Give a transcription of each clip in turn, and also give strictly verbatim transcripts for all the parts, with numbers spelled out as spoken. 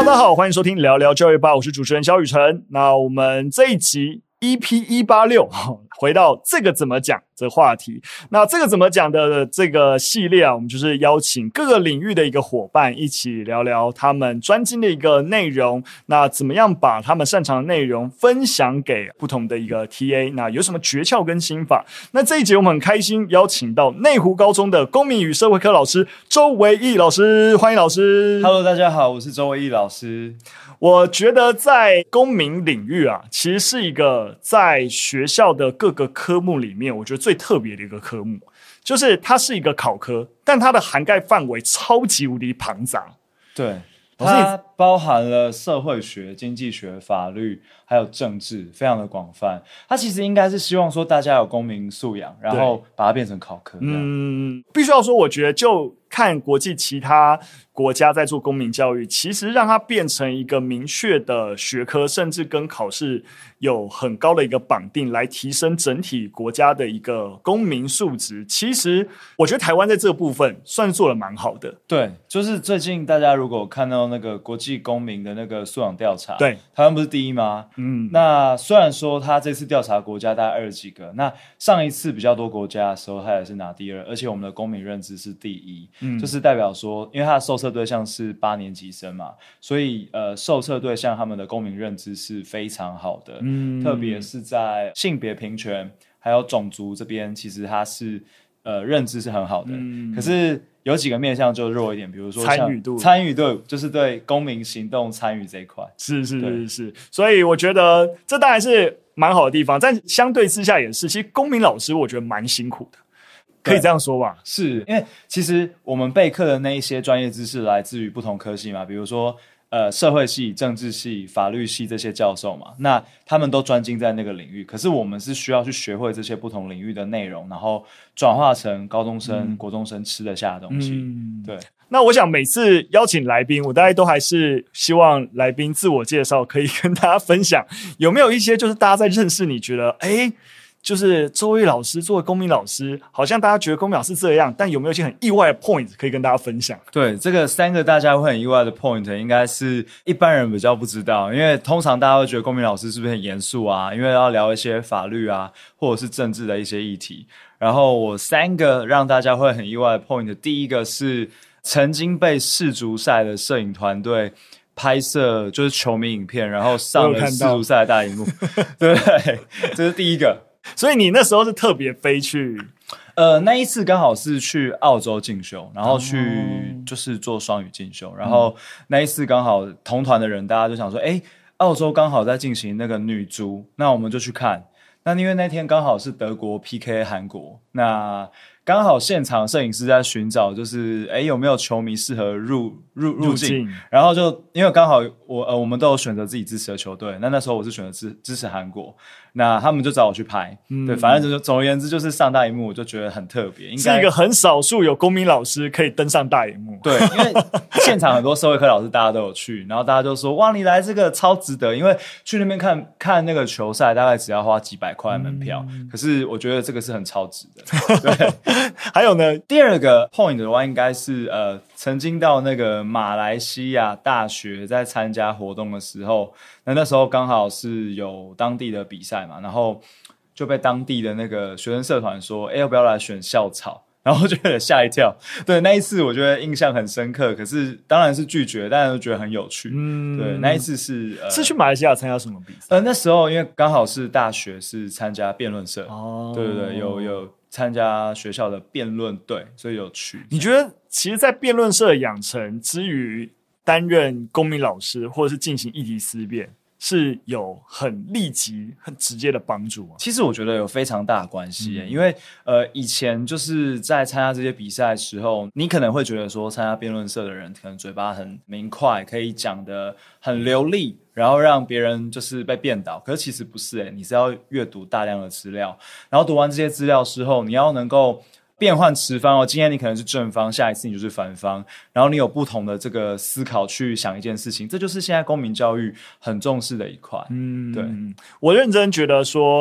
大家好，欢迎收听聊聊教育吧，我是主持人萧雨晨。那我们这一集 E P 一八六 回到这个怎么讲这话题。那这个怎么讲的这个系列啊，我们就是邀请各个领域的一个伙伴一起聊聊他们专精的一个内容，那怎么样把他们擅长的内容分享给不同的一个 T A， 那有什么诀窍跟心法。那这一集我们很开心邀请到内湖高中的公民与社会科老师周维义老师，欢迎老师。 Hello， 大家好，我是周维义老师。 我觉得在公民领域啊，其实是一个在学校的各个科目里面，我觉得最特别的一个科目，就是它是一个考科，但它的涵盖范围超级无敌庞杂。 对，它包含了社会学、经济学、法律，还有政治，非常的广泛。它其实应该是希望说大家有公民素养，然后把它变成考科。 嗯，必须要说，我觉得就看国际其他国家在做公民教育，其实让它变成一个明确的学科，甚至跟考试有很高的一个绑定，来提升整体国家的一个公民素质。其实我觉得台湾在这个部分算是做得蛮好的。 对，就是最近大家如果看到那个国际公民的那个素养调查， 对， 台湾不是第一吗？嗯，那虽然说他这次调查国家大概二十几个，那上一次比较多国家的时候，他也是拿第二，而且我们的公民认知是第一。嗯，就是代表说，因为他的受测对象是八年级生嘛，所以呃，受测对象他们的公民认知是非常好的，嗯，特别是在性别平权还有种族这边，其实他是呃认知是很好的，嗯，可是有几个面向就弱一点，比如说参与度， 参与度就是对公民行动参与这一块， 是是是是，所以我觉得这当然是蛮好的地方，但相对之下也是，其实公民老师我觉得蛮辛苦的。可以这样说吧， 是因为其实我们备课的那一些专业知识来自于不同科系嘛，比如说呃社会系、政治系、法律系这些教授嘛，那他们都专精在那个领域，可是我们是需要去学会这些不同领域的内容，然后转化成高中生、嗯、国中生吃得下的东西。嗯，对。 那我想每次邀请来宾，我大概都还是希望来宾自我介绍，可以跟大家分享有没有一些就是大家在认识你觉得哎。就是周维义老师作为公民老师，好像大家觉得公民老师这样，但有没有一些很意外的 point 可以跟大家分享？ 对，这个三个大家会很意外的 point 应该是一般人比较不知道，因为通常大家会觉得公民老师是不是很严肃啊，因为要聊一些法律啊或者是政治的一些议题。然后我三个让大家会很意外的 point， 第一个是曾经被世足赛的摄影团队拍摄就是球迷影片，然后上了世足赛的大荧幕。对，这是第一个。 所以你那时候是特别飞去， 呃，那一次刚好是去澳洲进修，然后去就是做双语进修，然后那一次刚好同团的人大家就想说，哎，澳洲刚好在进行那个女足，那我们就去看。那因为那天刚好是德国 P K 韩国，那刚好现场摄影师在寻找，就是哎有没有球迷适合入入入境，然后就因为刚好我呃我们都有选择自己支持的球队，那那时候我是选择支支持韩国，那他们就找我去拍，嗯、对，反正就总而言之就是上大荧幕，我就觉得很特别，应该是一个很少数有公民老师可以登上大荧幕。 对，因为现场很多社会科老师大家都有去，然后大家就说哇你来这个超值得，因为去那边看看那个球赛大概只要花几百块门票，嗯、可是我觉得这个是很超值的，对。 还有呢， 第二个 point 的话，应该是呃，曾经到那个马来西亚大学在参加活动的时候，那那时候刚好是有当地的比赛嘛，然后就被当地的那个学生社团说，哎，要不要来选校草？然后就有点吓一跳。对，那一次我觉得印象很深刻，可是当然是拒绝，但是觉得很有趣。嗯，对，那一次是呃， 是去马来西亚参加什么比赛？ 呃，那时候因为刚好是大学是参加辩论社，哦，对对对，有有。参加学校的辩论队，所以有去。 你觉得其实在辩论社养成之余担任公民老师或者是进行议题思辨是有很立即很直接的帮助吗？ 其实我觉得有非常大的关系、嗯、因为呃以前就是在参加这些比赛的时候，你可能会觉得说参加辩论社的人可能嘴巴很明快，可以讲得很流利，然后让别人就是被辩倒，可是其实不是耶，你是要阅读大量的资料，然后读完这些资料之后，你要能够变换持方哦，今天你可能是正方，下一次你就是反方，然后你有不同的这个思考去想一件事情，这就是现在公民教育很重视的一块。嗯，对， 我认真觉得说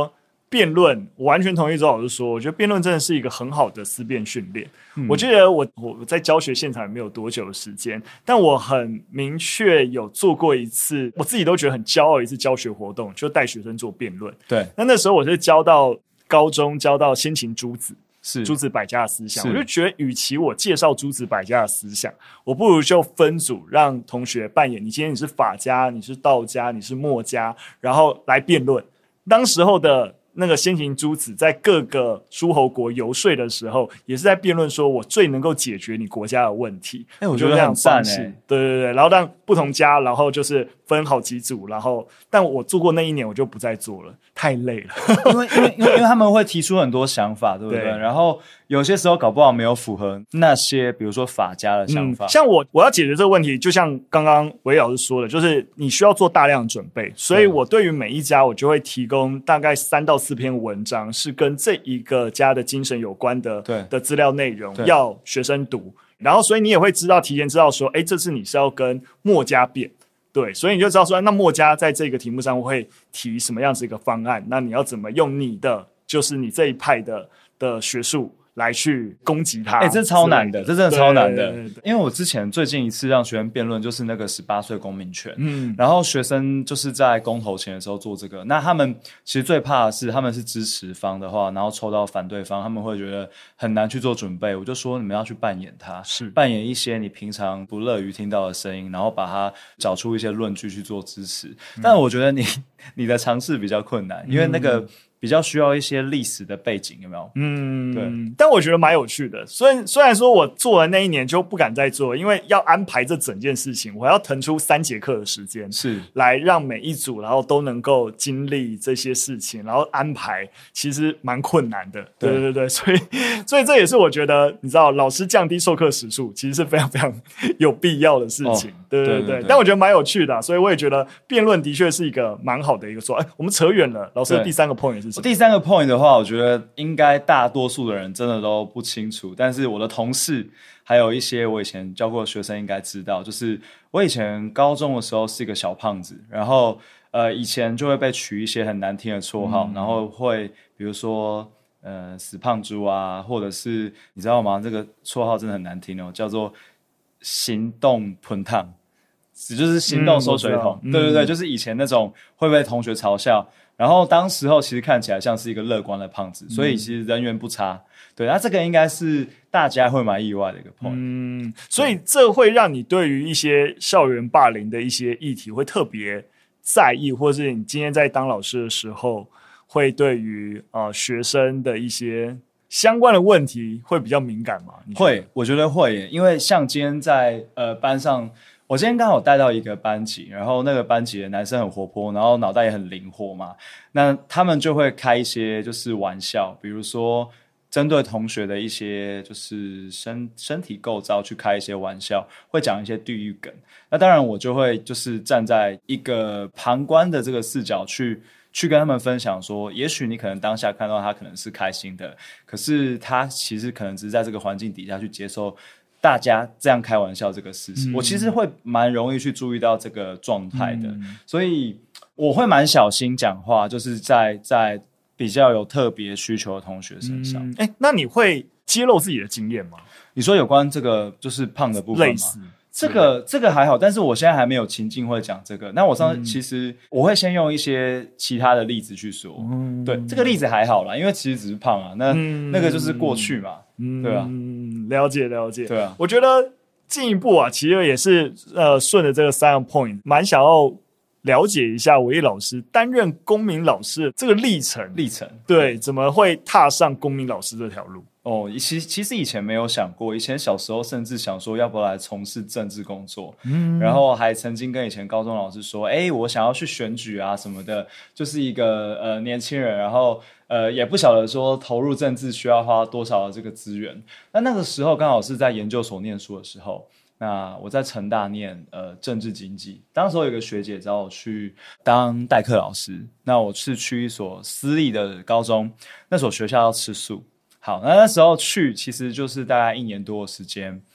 辩论，我完全同意周老师说，我觉得辩论真的是一个很好的思辨训练。 嗯、 我记得我我在教学现场也没有多久的时间，但我很明确有做过一次，我自己都觉得很骄傲一次教学活动，就带学生做辩论。 对， 那那时候我是教到高中，教到先秦诸子。 是诸子百家的思想，我就觉得，与其我介绍诸子百家的思想，我不如就分组让同学扮演，你今天你是法家，你是道家，你是墨家，然后来辩论。当时候的那个先秦诸子在各个诸侯国游说的时候，也是在辩论说我最能够解决你国家的问题。 哎、欸，我觉得很赞哎、欸， 对对对，然后让不同家，然后就是分好几组，然后但我做过那一年，我就不再做了，太累了。 因为因为因为因为他们会提出很多想法，对不对？对，然后有些时候搞不好没有符合那些，比如说法家的想法。 嗯、像我我要解决这个问题，就像刚刚韦老师说的，就是你需要做大量的准备，所以我对于每一家我就会提供大概三到四篇文章，是跟这一个家的精神有关的的资料内容，要学生读。然后，所以你也会知道，提前知道说，哎，这次你是要跟墨家辩，对，所以你就知道说，那墨家在这个题目上会提什么样子一个方案，那你要怎么用你的，就是你这一派的的学术来去攻击他。 哎、欸，这超难的，这真的超难的。 对对对对， 因为我之前最近一次让学生辩论，就是那个十八岁公民权， 嗯， 然后学生就是在公投前的时候做这个，那他们其实最怕的是他们是支持方的话，然后抽到反对方，他们会觉得很难去做准备。我就说你们要去扮演它， 是扮演一些你平常不乐于听到的声音，然后把它找出一些论据去做支持。嗯、但我觉得你你的尝试比较困难，因为那个。嗯比较需要一些历史的背景，有没有？ 嗯， 对。 但我觉得蛮有趣的。虽然虽然说我做了那一年就不敢再做，因为要安排这整件事情，我还要腾出三节课的时间， 是来让每一组然后都能够经历这些事情，然后安排其实蛮困难的。对对对对，所以所以这也是我觉得你知道，老师降低授课时数其实是非常非常有必要的事情。哦、对, 对, 对, 对, 对, 对，但我觉得蛮有趣的、啊，所以我也觉得辩论的确是一个蛮好的一个说。哎，我们扯远了，老师的第三个 point 是什么？ 第三个 point 的话，我觉得应该大多数的人真的都不清楚，但是我的同事还有一些我以前教过的学生应该知道，就是我以前高中的时候是一个小胖子，然后呃以前就会被取一些很难听的绰号、嗯、然后会比如说呃死胖猪啊，或者是你知道吗，这个绰号真的很难听哦，叫做行动喷烫，只就是行动收水桶、嗯、对对对、嗯、就是以前那种会被同学嘲笑，然后当时候其实看起来像是一个乐观的胖子，所以其实人缘不差。对，那这个应该是大家会蛮意外的一个 point。 嗯，所以这会让你对于一些校园霸凌的一些议题会特别在意，或是你今天在当老师的时候，会对于呃学生的一些相关的问题会比较敏感吗？ 会，我觉得会耶，因为像今天在呃班上。我今天刚好带到一个班级，然后那个班级的男生很活泼，然后脑袋也很灵活嘛，那他们就会开一些就是玩笑，比如说针对同学的一些就是身身体构造去开一些玩笑，会讲一些地域梗。那当然我就会就是站在一个旁观的这个视角去去跟他们分享说，也许你可能当下看到他可能是开心的，可是他其实可能只是在这个环境底下去接受大家这样开玩笑这个事情、嗯、我其实会蛮容易去注意到这个状态的、嗯、所以我会蛮小心讲话，就是在在比较有特别需求的同学身上。 哎、嗯，那你会揭露自己的经验吗？ 你说有关这个就是胖的部分吗？类似这个这个还好，但是我现在还没有情境会讲这个。那我上次、嗯、其实我会先用一些其他的例子去说、嗯、对，这个例子还好啦，因为其实只是胖啊，那、嗯、那个就是过去嘛，嗯、对啊， 了解了解， 对啊， 我觉得进一步啊，其实也是呃顺着这个三个 point， 蛮想要了解一下韦毅老师担任公民老师的这个历程历程， 对，怎么会踏上公民老师这条路？ 哦，其其实以前没有想过，以前小时候甚至想说要不要来从事政治工作，嗯，然后还曾经跟以前高中老师说，哎，我想要去选举啊什么的，就是一个呃年轻人，然后呃也不晓得说投入政治需要花多少的这个资源。那那个时候刚好是在研究所念书的时候，那我在成大念呃政治经济，当时有一个学姐找我去当代课老师，那我是去一所私立的高中，那所学校要吃素。好，那那时候去其实就是大概一年多的时间。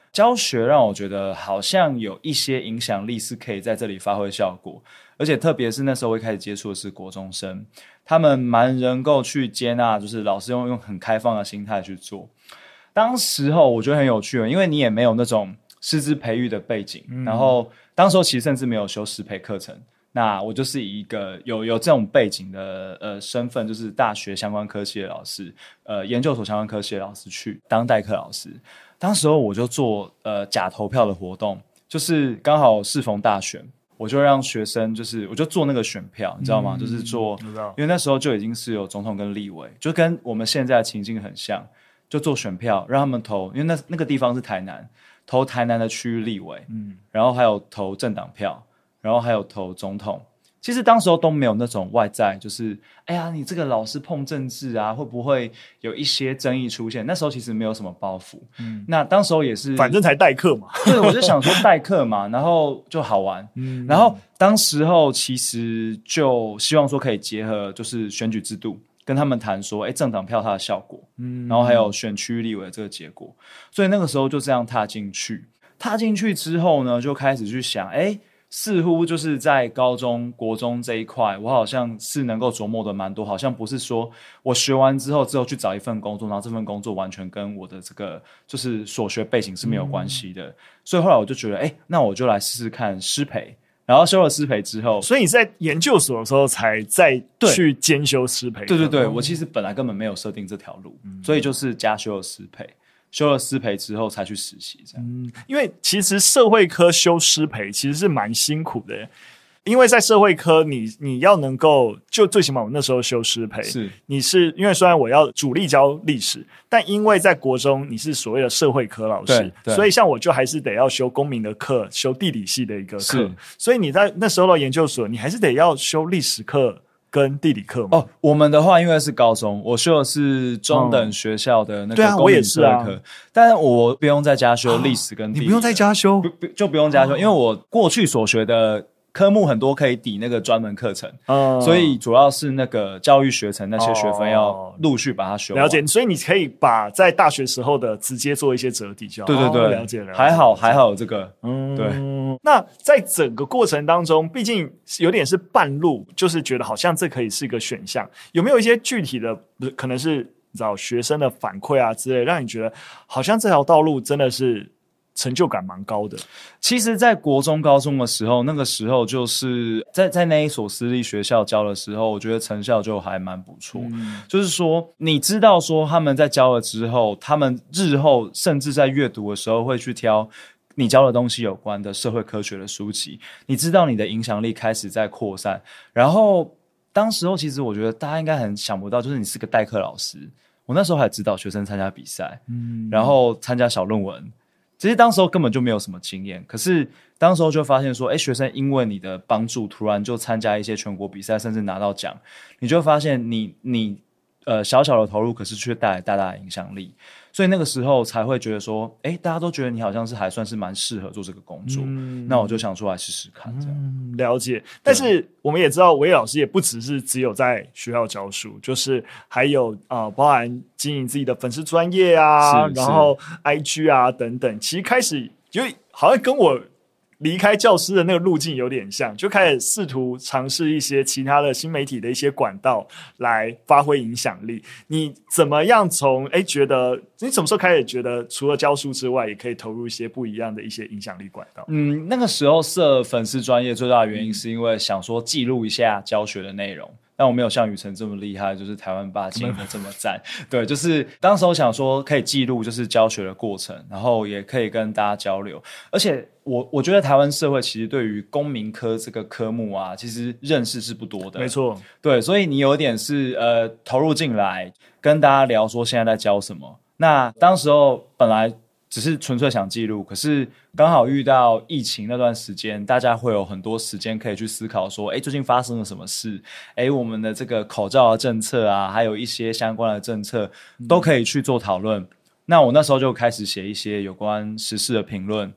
教学让我觉得好像有一些影响力是可以在这里发挥效果，而且特别是那时候我一开始接触的是国中生，他们蛮能够去接纳，就是老师用用很开放的心态去做。当时候我觉得很有趣，因为你也没有那种师资培育的背景、嗯、然后当时候其实甚至没有修师培课程，那我就是以一个有有这种背景的呃身份，就是大学相关科系的老师，呃研究所相关科系的老师去当代课老师。当时候我就做呃假投票的活动，就是刚好适逢大选，我就让学生就是我就做那个选票，你知道吗？嗯、就是做，因为那时候就已经是有总统跟立委，就跟我们现在的情境很像，就做选票让他们投，因为那那个地方是台南，投台南的区域立委，嗯，然后还有投政党票。然后还有投总统，其实当时候都没有那种外在，就是哎呀，你这个老师碰政治啊，会不会有一些争议出现？那时候其实没有什么包袱。嗯，那当时候也是， 反正才代课嘛。 对，我就想说代课嘛，然后就好玩。嗯，然后当时候其实就希望说可以结合就是选举制度，跟他们谈说，哎，政党票它的效果，嗯，然后还有选区立委的这个结果，所以那个时候就这样踏进去。踏进去之后呢，就开始去想，哎。似乎就是在高中国中这一块我好像是能够琢磨的蛮多，好像不是说我学完之后之后去找一份工作，然后这份工作完全跟我的这个就是所学背景是没有关系的、嗯、所以后来我就觉得哎，那我就来试试看师培，然后修了师培之后， 所以你在研究所的时候才再去兼修师培。 对对对、嗯、我其实本来根本没有设定这条路、嗯、所以就是加修了师培，修了师培之后才去实习这样、 嗯、因为其实社会科修师培其实是蛮辛苦的，因为在社会科你你要能够，就最起码我那时候修师培， 是你是因为虽然我要主力教历史，但因为在国中你是所谓的社会科老师，所以像我就还是得要修公民的课，修地理系的一个课，所以你在那时候的研究所你还是得要修历史课跟地理课吗？ 哦，我们的话因为是高中，我修的是中等学校的那个公民社会课、啊啊、但是我不用再加修历史跟地理、啊、 你不用再加修？ 不就不用加修、哦、因为我过去所学的科目很多可以抵那个专门课程、嗯、所以主要是那个教育学程那些学分要陆续把它修完、 哦、了解，所以你可以把在大学时候的直接做一些折抵就好。 对对对、哦、 了解了解， 还好还好有这个嗯，对。 那在整个过程当中毕竟有点是半路，就是觉得好像这可以是一个选项，有没有一些具体的可能是你知道学生的反馈啊之类，让你觉得好像这条道路真的是成就感蛮高的？ 其实在国中高中的时候，那个时候就是在在那一所私立学校教的时候，我觉得成效就还蛮不错、嗯、就是说你知道说他们在教了之后，他们日后甚至在阅读的时候会去挑你教的东西有关的社会科学的书籍，你知道你的影响力开始在扩散。然后当时候其实我觉得大家应该很想不到，就是你是个代课老师，我那时候还指导学生参加比赛、嗯、然后参加小论文，其实当时候根本就没有什么经验，可是当时候就发现说，哎，学生因为你的帮助，突然就参加一些全国比赛，甚至拿到奖，你就发现你你呃小小的投入，可是却带来大大的影响力。所以那个时候才会觉得说，哎，大家都觉得你好像是还算是蛮适合做这个工作，嗯、那我就想出来试试看这样、 嗯、了解。但是我们也知道维老师也不只是只有在学校教书，就是还有呃包含经营自己的粉丝专业啊，然后 I G 啊等等，其实开始就好像跟我离开教师的那个路径有点像，就开始试图尝试一些其他的新媒体的一些管道来发挥影响力。你怎么样从诶觉得你什么时候开始觉得除了教书之外也可以投入一些不一样的一些影响力管道？ 嗯，那个时候设粉丝专页最大的原因是因为想说记录一下教学的内容，但我没有像宇辰这么厉害，就是台湾霸经营的这么赞。对，就是当时我想说可以记录就是教学的过程，然后也可以跟大家交流。而且我我觉得台湾社会其实对于公民科这个科目啊，其实认识是不多的。 没错， 对，所以你有点是呃投入进来跟大家聊说现在在教什么。那当时候本来只是纯粹想记录，可是刚好遇到疫情那段时间，大家会有很多时间可以去思考说，哎，最近发生了什么事？哎，我们的这个口罩的政策啊，还有一些相关的政策都可以去做讨论。嗯、那我那时候就开始写一些有关时事的评论，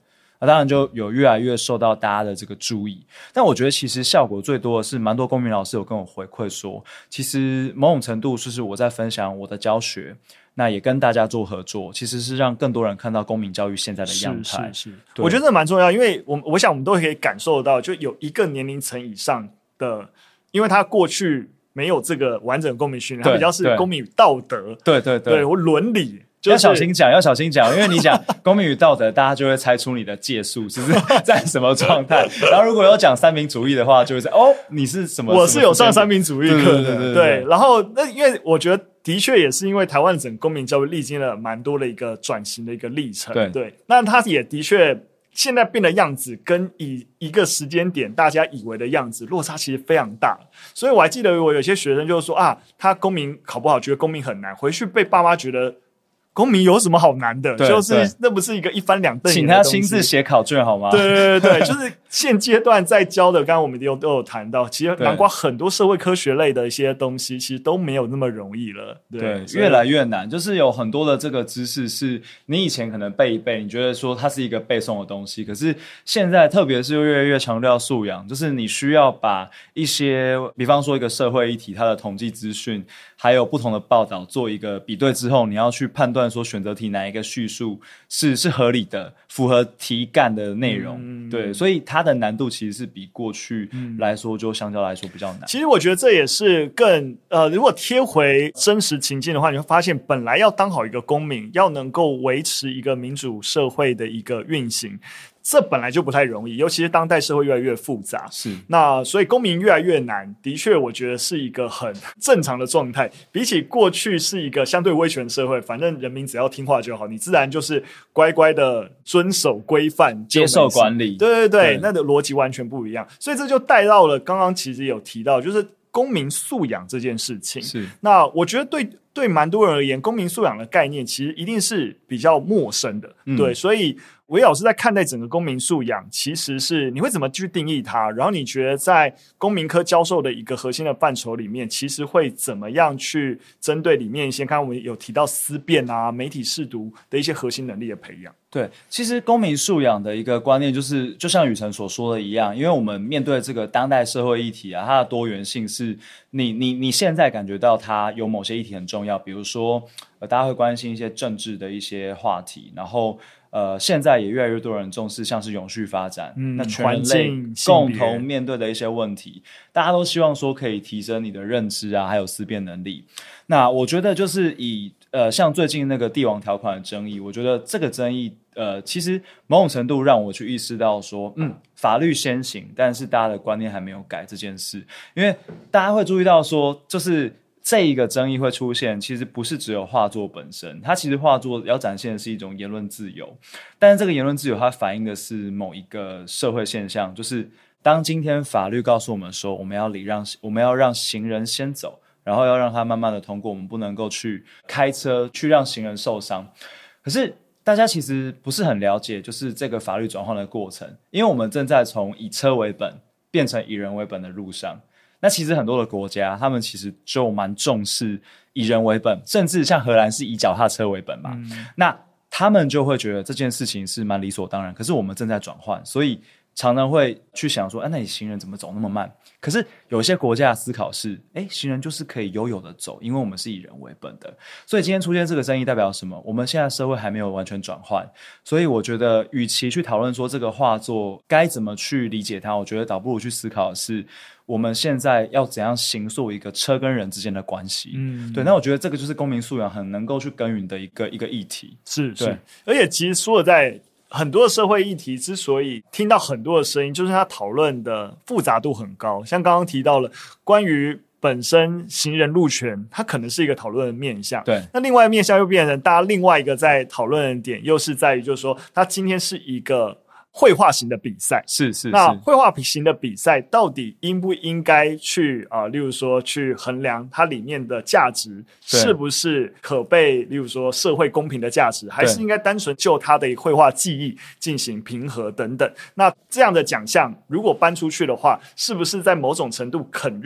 那当然就有越来越受到大家的这个注意。但我觉得其实效果最多的是蛮多公民老师有跟我回馈说，其实某种程度就是我在分享我的教学，那也跟大家做合作，其实是让更多人看到公民教育现在的样态。 是是是，我觉得这蛮重要，因为我我想我们都可以感受到，就有一个年龄层以上的，因为他过去没有这个完整公民训练，他比较是公民与道德， 对对对， 对或伦理。就是、 要小心讲，要小心讲，因为你讲公民与道德，大家就会猜出你的界数是在什么状态。然后如果有讲三民主义的话，就会说哦，你是什么？ 我是有上三民主义课的， 对对对 对, 对, 对。 然后那因为我觉得的确也是因为台湾整个公民教育历经了蛮多的一个转型的一个历程， 对对。那它也的确现在变的样子，跟以一个时间点大家以为的样子落差其实非常大。所以我还记得我有些学生就是说啊，他公民考不好，觉得公民很难，回去被爸妈觉得。公民有什么好难的？就是那不是一个一翻两瞪眼的东西， 请他亲自写考卷好吗？ 对对对对，就是现阶段在教的，刚刚我们都都有谈到，其实南瓜很多社会科学类的一些东西，其实都没有那么容易了。对， 对越来越难，就是有很多的这个知识是你以前可能背一背，你觉得说它是一个背诵的东西，可是现在特别是越来越强调素养，就是你需要把一些，比方说一个社会议题，它的统计资讯，还有不同的报道做一个比对之后，你要去判断说选择题哪一个叙述是是合理的，符合题干的内容、嗯、对，所以它的难度其实是比过去来说就相较来说比较难。 其实我觉得这也是更呃，如果贴回真实情境的话，你会发现本来要当好一个公民，要能够维持一个民主社会的一个运行，这本来就不太容易，尤其是当代社会越来越复杂， 是那所以公民越来越难，的确我觉得是一个很正常的状态。比起过去是一个相对威权社会，反正人民只要听话就好，你自然就是乖乖的遵守规范， 接受管理， 对对 对, 对，那的逻辑完全不一样。所以这就带到了刚刚其实有提到，就是公民素养这件事情。 是， 那我觉得对对蛮多人而言，公民素养的概念其实一定是比较陌生的、嗯、对，所以维老师在看待整个公民素养，其实是你会怎么去定义它，然后你觉得在公民科教授的一个核心的范畴里面，其实会怎么样去针对里面一些刚刚我们有提到思辨啊、媒体识读的一些核心能力的培养。 对，其实公民素养的一个观念就是就像宇辰所说的一样，因为我们面对这个当代社会议题啊，它的多元性是你你你现在感觉到它有某些议题很重要，比如说呃大家会关心一些政治的一些话题，然后呃现在也越来越多人重视像是永续发展、嗯、那全人类共同面对的一些问题，大家都希望说可以提升你的认知啊，还有思辨能力。那我觉得就是以呃像最近那个帝王条款的争议，我觉得这个争议呃，其实某种程度让我去意识到说，嗯，法律先行，但是大家的观念还没有改这件事。因为大家会注意到说，就是这一个争议会出现，其实不是只有画作本身，它其实画作要展现的是一种言论自由，但是这个言论自由它反映的是某一个社会现象，就是当今天法律告诉我们说，我们要礼让，我们要让行人先走，然后要让他慢慢的通过，我们不能够去开车去让行人受伤，可是大家其实不是很了解就是这个法律转换的过程，因为我们正在从以车为本变成以人为本的路上。那其实很多的国家他们其实就蛮重视以人为本，甚至像荷兰是以脚踏车为本嘛、嗯、那他们就会觉得这件事情是蛮理所当然，可是我们正在转换，所以常常会去想说、啊、那你行人怎么走那么慢，可是有些国家的思考是诶行人就是可以悠悠的走，因为我们是以人为本的。所以今天出现这个争议代表什么？我们现在社会还没有完全转换，所以我觉得与其去讨论说这个画作该怎么去理解它，我觉得倒不如去思考的是我们现在要怎样形塑一个车跟人之间的关系。嗯，对，那我觉得这个就是公民素养很能够去耕耘的一个一个议题。 是是，而且其实说的在很多的社会议题之所以听到很多的声音，就是它讨论的复杂度很高，像刚刚提到了关于本身行人路权，它可能是一个讨论的面向， 对， 那另外面向又变成大家另外一个在讨论的点，又是在于就是说它今天是一个绘画型的比赛， 是是是， 那绘画型的比赛到底应不应该去啊、呃，例如说去衡量它里面的价值是不是可被例如说社会公平的价值，还是应该单纯就它的绘画技艺进行评核等等。那这样的奖项如果颁出去的话，是不是在某种程度肯认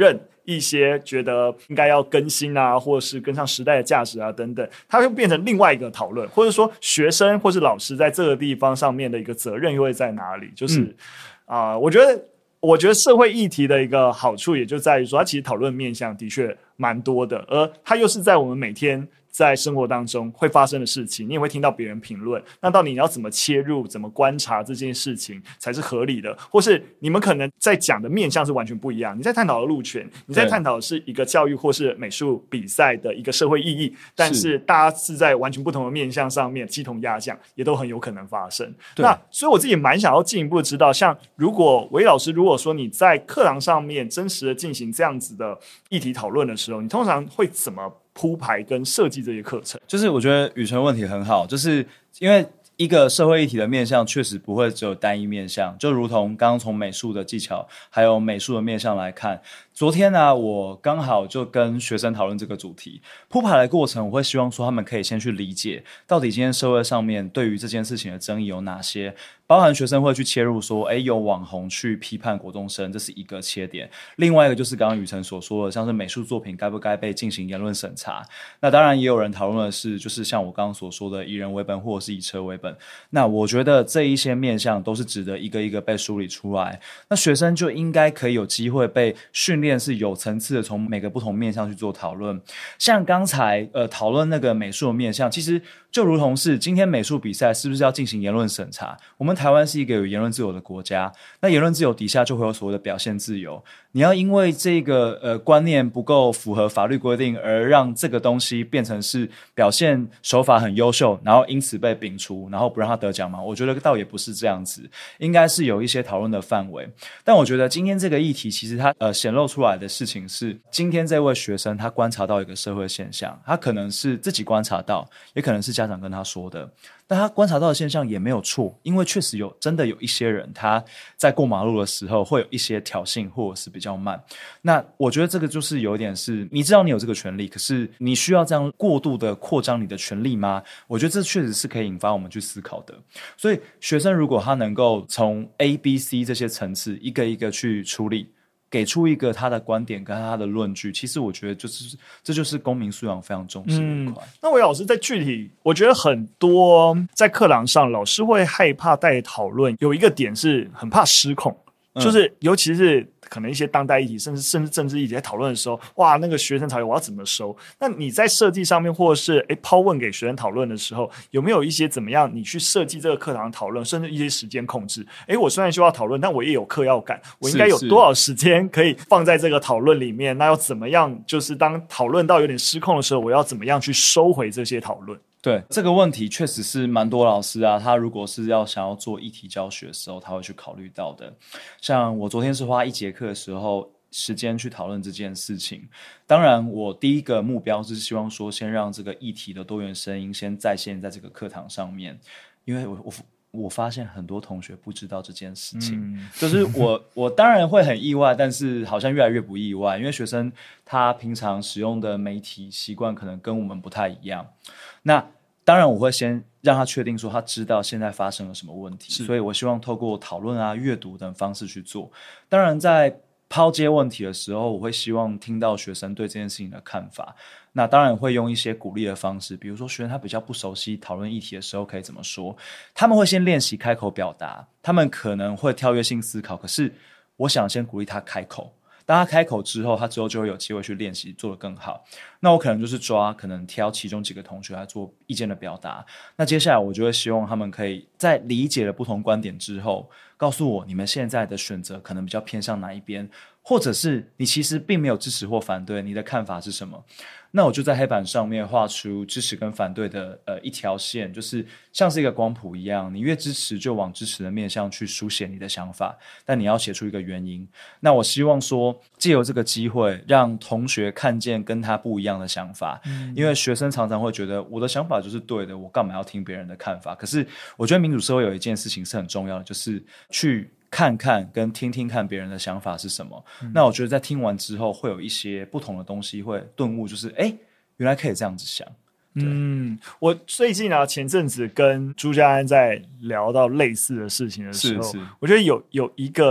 一些觉得应该要更新啊，或者是跟上时代的价值啊等等，它会变成另外一个讨论，或者说学生或是老师在这个地方上面的一个责任又会在哪里？就是啊、嗯呃，我觉得。我觉得社会议题的一个好处，也就在于说，它其实讨论面向的确蛮多的，而它又是在我们每天在生活当中会发生的事情，你也会听到别人评论。那到底你要怎么切入、怎么观察这件事情才是合理的？或是你们可能在讲的面向是完全不一样。你在探讨的路权，你在探讨的是一个教育或是美术比赛的一个社会意义，但是大家是在完全不同的面向上面鸡同鸭讲，也都很有可能发生。那所以我自己蛮想要进一步知道，像如果韦老师如果说你在课堂上面真实的进行这样子的议题讨论的时候，你通常会怎么铺排跟设计这些课程？ 就是我觉得宇辰问题很好，就是因为一个社会议题的面向确实不会只有单一面向，就如同刚刚从美术的技巧还有美术的面向来看，昨天呢、啊，我刚好就跟学生讨论这个主题，铺排的过程，我会希望说他们可以先去理解到底今天社会上面对于这件事情的争议有哪些，包含学生会去切入说，哎，有网红去批判国中生，这是一个切点。另外一个就是刚刚宇辰所说的，像是美术作品该不该被进行言论审查。那当然也有人讨论的是，就是像我刚刚所说的以人为本或者是以车为本。那我觉得这一些面向都是值得一个一个被梳理出来。那学生就应该可以有机会被训练，是有层次的从每个不同面向去做讨论。像刚才呃讨论那个美术的面向，其实就如同是今天美术比赛是不是要进行言论审查？我们台湾是一个有言论自由的国家，那言论自由底下就会有所谓的表现自由。你要因为这个呃观念不够符合法律规定，而让这个东西变成是表现手法很优秀，然后因此被摒除，然后不让他得奖吗？我觉得倒也不是这样子，应该是有一些讨论的范围。但我觉得今天这个议题，其实它呃显露出来的事情是，今天这位学生他观察到一个社会现象，他可能是自己观察到，也可能是家长跟他说的。但他观察到的现象也没有错，因为确实有真的有一些人他在过马路的时候会有一些挑衅或者是比较慢。那我觉得这个就是有一点是，你知道你有这个权利，可是你需要这样过度的扩张你的权利吗？我觉得这确实是可以引发我们去思考的。所以学生如果他能够从 A、B、C 这些层次一个一个去处理，给出一个他的观点跟他的论据，其实我觉得就是这就是公民素养非常重视的一块。 嗯、那韦老师在具体，我觉得很多在课堂上老师会害怕带讨论，有一个点是很怕失控，嗯、就是尤其是可能一些当代议题，甚至甚至政治议题在讨论的时候，哇，那个学生讨论我要怎么收？那你在设计上面，或者是诶抛问给学生讨论的时候，有没有一些怎么样你去设计这个课堂讨论，甚至一些时间控制？诶，我虽然需要讨论，但我也有课要赶，我应该有多少时间可以放在这个讨论里面？那要怎么样？就是当讨论到有点失控的时候，我要怎么样去收回这些讨论？ 对，这个问题确实是蛮多老师啊，他如果是要想要做议题教学的时候，他会去考虑到的。像我昨天是花一节课的时候时间去讨论这件事情。当然我第一个目标是希望说先让这个议题的多元声音先再现在这个课堂上面，因为我我我发现很多同学不知道这件事情，嗯、就是我我当然会很意外，但是好像越来越不意外，因为学生他平常使用的媒体习惯可能跟我们不太一样。那当然我会先让他确定说他知道现在发生了什么问题，所以我希望透过讨论啊、阅读等方式去做。当然在抛接问题的时候，我会希望听到学生对这件事情的看法。那当然会用一些鼓励的方式，比如说学生他比较不熟悉讨论议题的时候可以怎么说，他们会先练习开口表达，他们可能会跳跃性思考，可是我想先鼓励他开口。当他开口之后，他之后就会有机会去练习做得更好。那我可能就是抓可能挑其中几个同学来做意见的表达。那接下来我就会希望他们可以在理解了不同观点之后，告诉我你们现在的选择可能比较偏向哪一边，或者是你其实并没有支持或反对，你的看法是什么。那我就在黑板上面画出支持跟反对的呃一条线，就是像是一个光谱一样，你越支持就往支持的面向去书写你的想法，但你要写出一个原因。那我希望说藉由这个机会让同学看见跟他不一样的想法，嗯、因为学生常常会觉得我的想法就是对的，我干嘛要听别人的看法。可是我觉得民主社会有一件事情是很重要的，就是去看看跟听听看别人的想法是什么。嗯、那我觉得在听完之后会有一些不同的东西会顿悟，就是诶原来可以这样子想。 嗯，我最近啊，前阵子跟朱家安在聊到类似的事情的时候，是是我觉得有有一个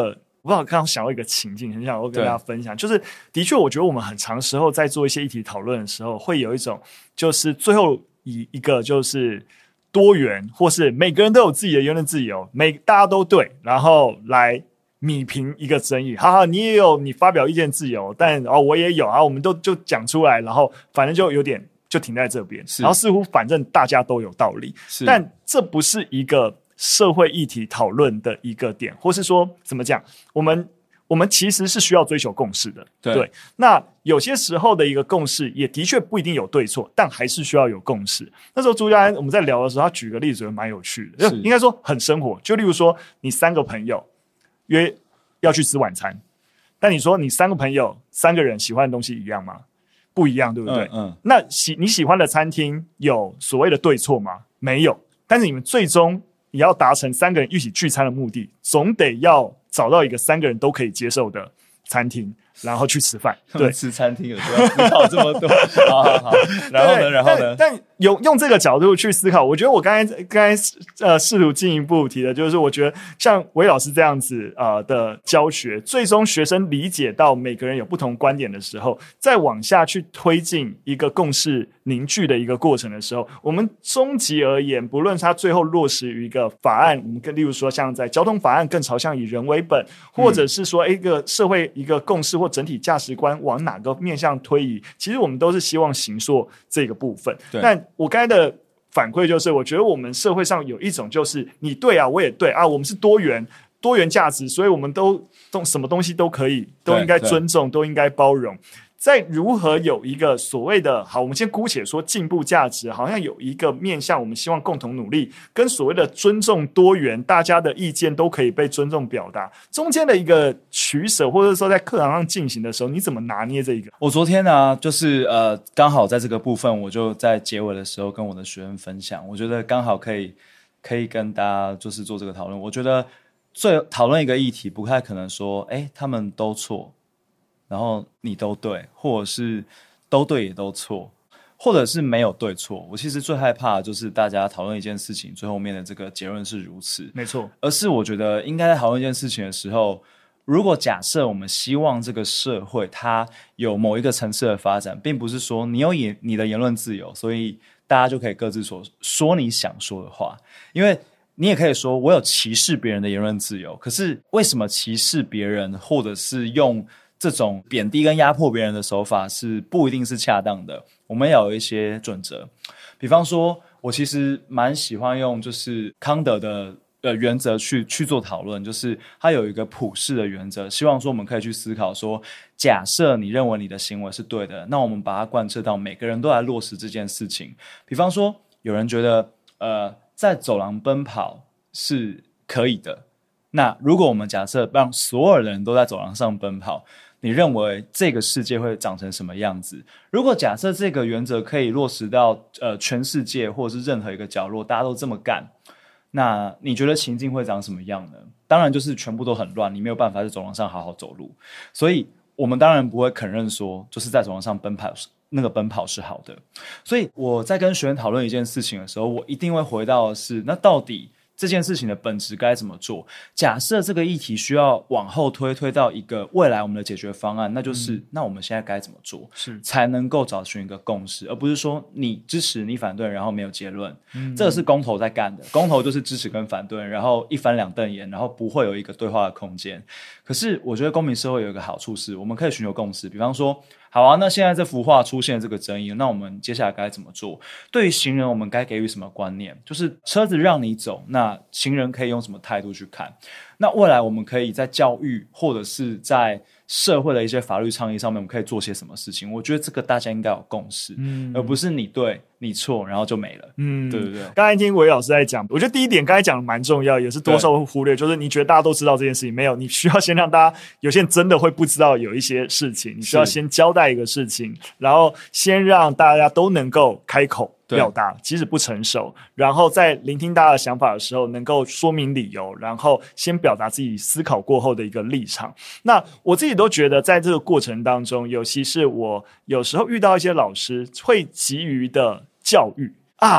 我刚刚想到一个情境，很想要跟大家分享，就是的确，我觉得我们很长时候在做一些议题讨论的时候，会有一种就是最后以一个就是多元，或是每个人都有自己的言论自由，每大家都对，然后来弭平一个争议。哈哈，你也有你发表意见自由，但哦我也有啊，我们都就讲出来，然后反正就有点就停在这边，然后似乎反正大家都有道理，但这不是一个社会议题讨论的一个点，或是说怎么讲，我们我们其实是需要追求共识的。 对, 对，那有些时候的一个共识也的确不一定有对错，但还是需要有共识。那时候朱家安我们在聊的时候，他举个例子也蛮有趣的，应该说很生活，就例如说你三个朋友约要去吃晚餐，但你说你三个朋友三个人喜欢的东西一样吗？不一样，对不对？嗯嗯，那喜你喜欢的餐厅有所谓的对错吗？没有，但是你们最终也要达成三个人一起聚餐的目的，总得要找到一个三个人都可以接受的餐厅，然后去吃饭。对， 吃餐厅有时候思考这么多。好好好，然后呢？然后呢？ 但, 但用用这个角度去思考，我觉得我刚才刚才呃试图进一步提的，就是我觉得像韦老师这样子呃的教学，最终学生理解到每个人有不同观点的时候，再往下去推进一个共识凝聚的一个过程的时候，我们终极而言，不论它最后落实于一个法案，我们跟例如说像在交通法案更朝向以人为本，或者是说一个社会一个共识或整体价值观往哪个面向推移，其实我们都是希望形塑这个部分。但我刚才的反馈就是，我觉得我们社会上有一种就是你对啊，我也对啊，我们是多元多元价值，所以我们都都什么东西都可以，都应该尊重，都应该包容。在如何有一个所谓的好，我们先姑且说进步价值，好像有一个面向，我们希望共同努力，跟所谓的尊重多元，大家的意见都可以被尊重表达，中间的一个取舍，或者说在课堂上进行的时候，你怎么拿捏这一个？ 我昨天呢、啊，就是呃，刚好在这个部分，我就在结尾的时候跟我的学生分享，我觉得刚好可以可以跟大家就是做这个讨论。我觉得最讨论一个议题，不太可能说，哎，他们都错。然后你都对，或者是都对也都错，或者是没有对错。我其实最害怕的就是大家讨论一件事情，最后面的这个结论是如此， 没错。 而是我觉得应该在讨论一件事情的时候，如果假设我们希望这个社会它有某一个层次的发展，并不是说你有你的言论自由，所以大家就可以各自说说你想说的话，因为你也可以说我有歧视别人的言论自由，可是为什么歧视别人或者是用这种贬低跟压迫别人的手法是不一定是恰当的？我们要有一些准则。比方说我其实蛮喜欢用就是康德的呃原则去去做讨论，就是他有一个普世的原则，希望说我们可以去思考说，假设你认为你的行为是对的，那我们把它贯彻到每个人都来落实这件事情。比方说有人觉得呃在走廊奔跑是可以的，那如果我们假设让所有人都在走廊上奔跑，你认为这个世界会长成什么样子？如果假设这个原则可以落实到呃全世界或者是任何一个角落，大家都这么干，那你觉得情境会长什么样呢？当然就是全部都很乱，你没有办法在走廊上好好走路。所以我们当然不会肯认说就是在走廊上奔跑那个奔跑是好的。所以我在跟学员讨论一件事情的时候，我一定会回到的是，那到底这件事情的本质该怎么做？假设这个议题需要往后推，推到一个未来我们的解决方案，那就是、嗯、那我们现在该怎么做，是才能够找寻一个共识，而不是说你支持你反对，然后没有结论。嗯，这个是公投在干的，公投就是支持跟反对，然后一翻两瞪眼，然后不会有一个对话的空间。可是我觉得公民社会有一个好处是，我们可以寻求共识。比方说，好啊，那现在这幅画出现这个争议，那我们接下来该怎么做？对于行人，我们该给予什么观念？就是车子让你走，那行人可以用什么态度去看？那未来我们可以在教育或者是在社会的一些法律倡议上面，我们可以做些什么事情？我觉得这个大家应该有共识，嗯，而不是你对你错，然后就没了，嗯，对不对？ 刚才听韦老师在讲，我觉得第一点刚才讲的蛮重要，也是多数会忽略，就是你觉得大家都知道这件事情，没有，你需要先让大家，有些人真的会不知道有一些事情，你需要先交代一个事情，然后先让大家都能够开口表达，即使不成熟，然后在聆听大家的想法的时候能够说明理由，然后先表达自己思考过后的一个立场。那我自己都觉得在这个过程当中，尤其是我有时候遇到一些老师会急于的教育啊，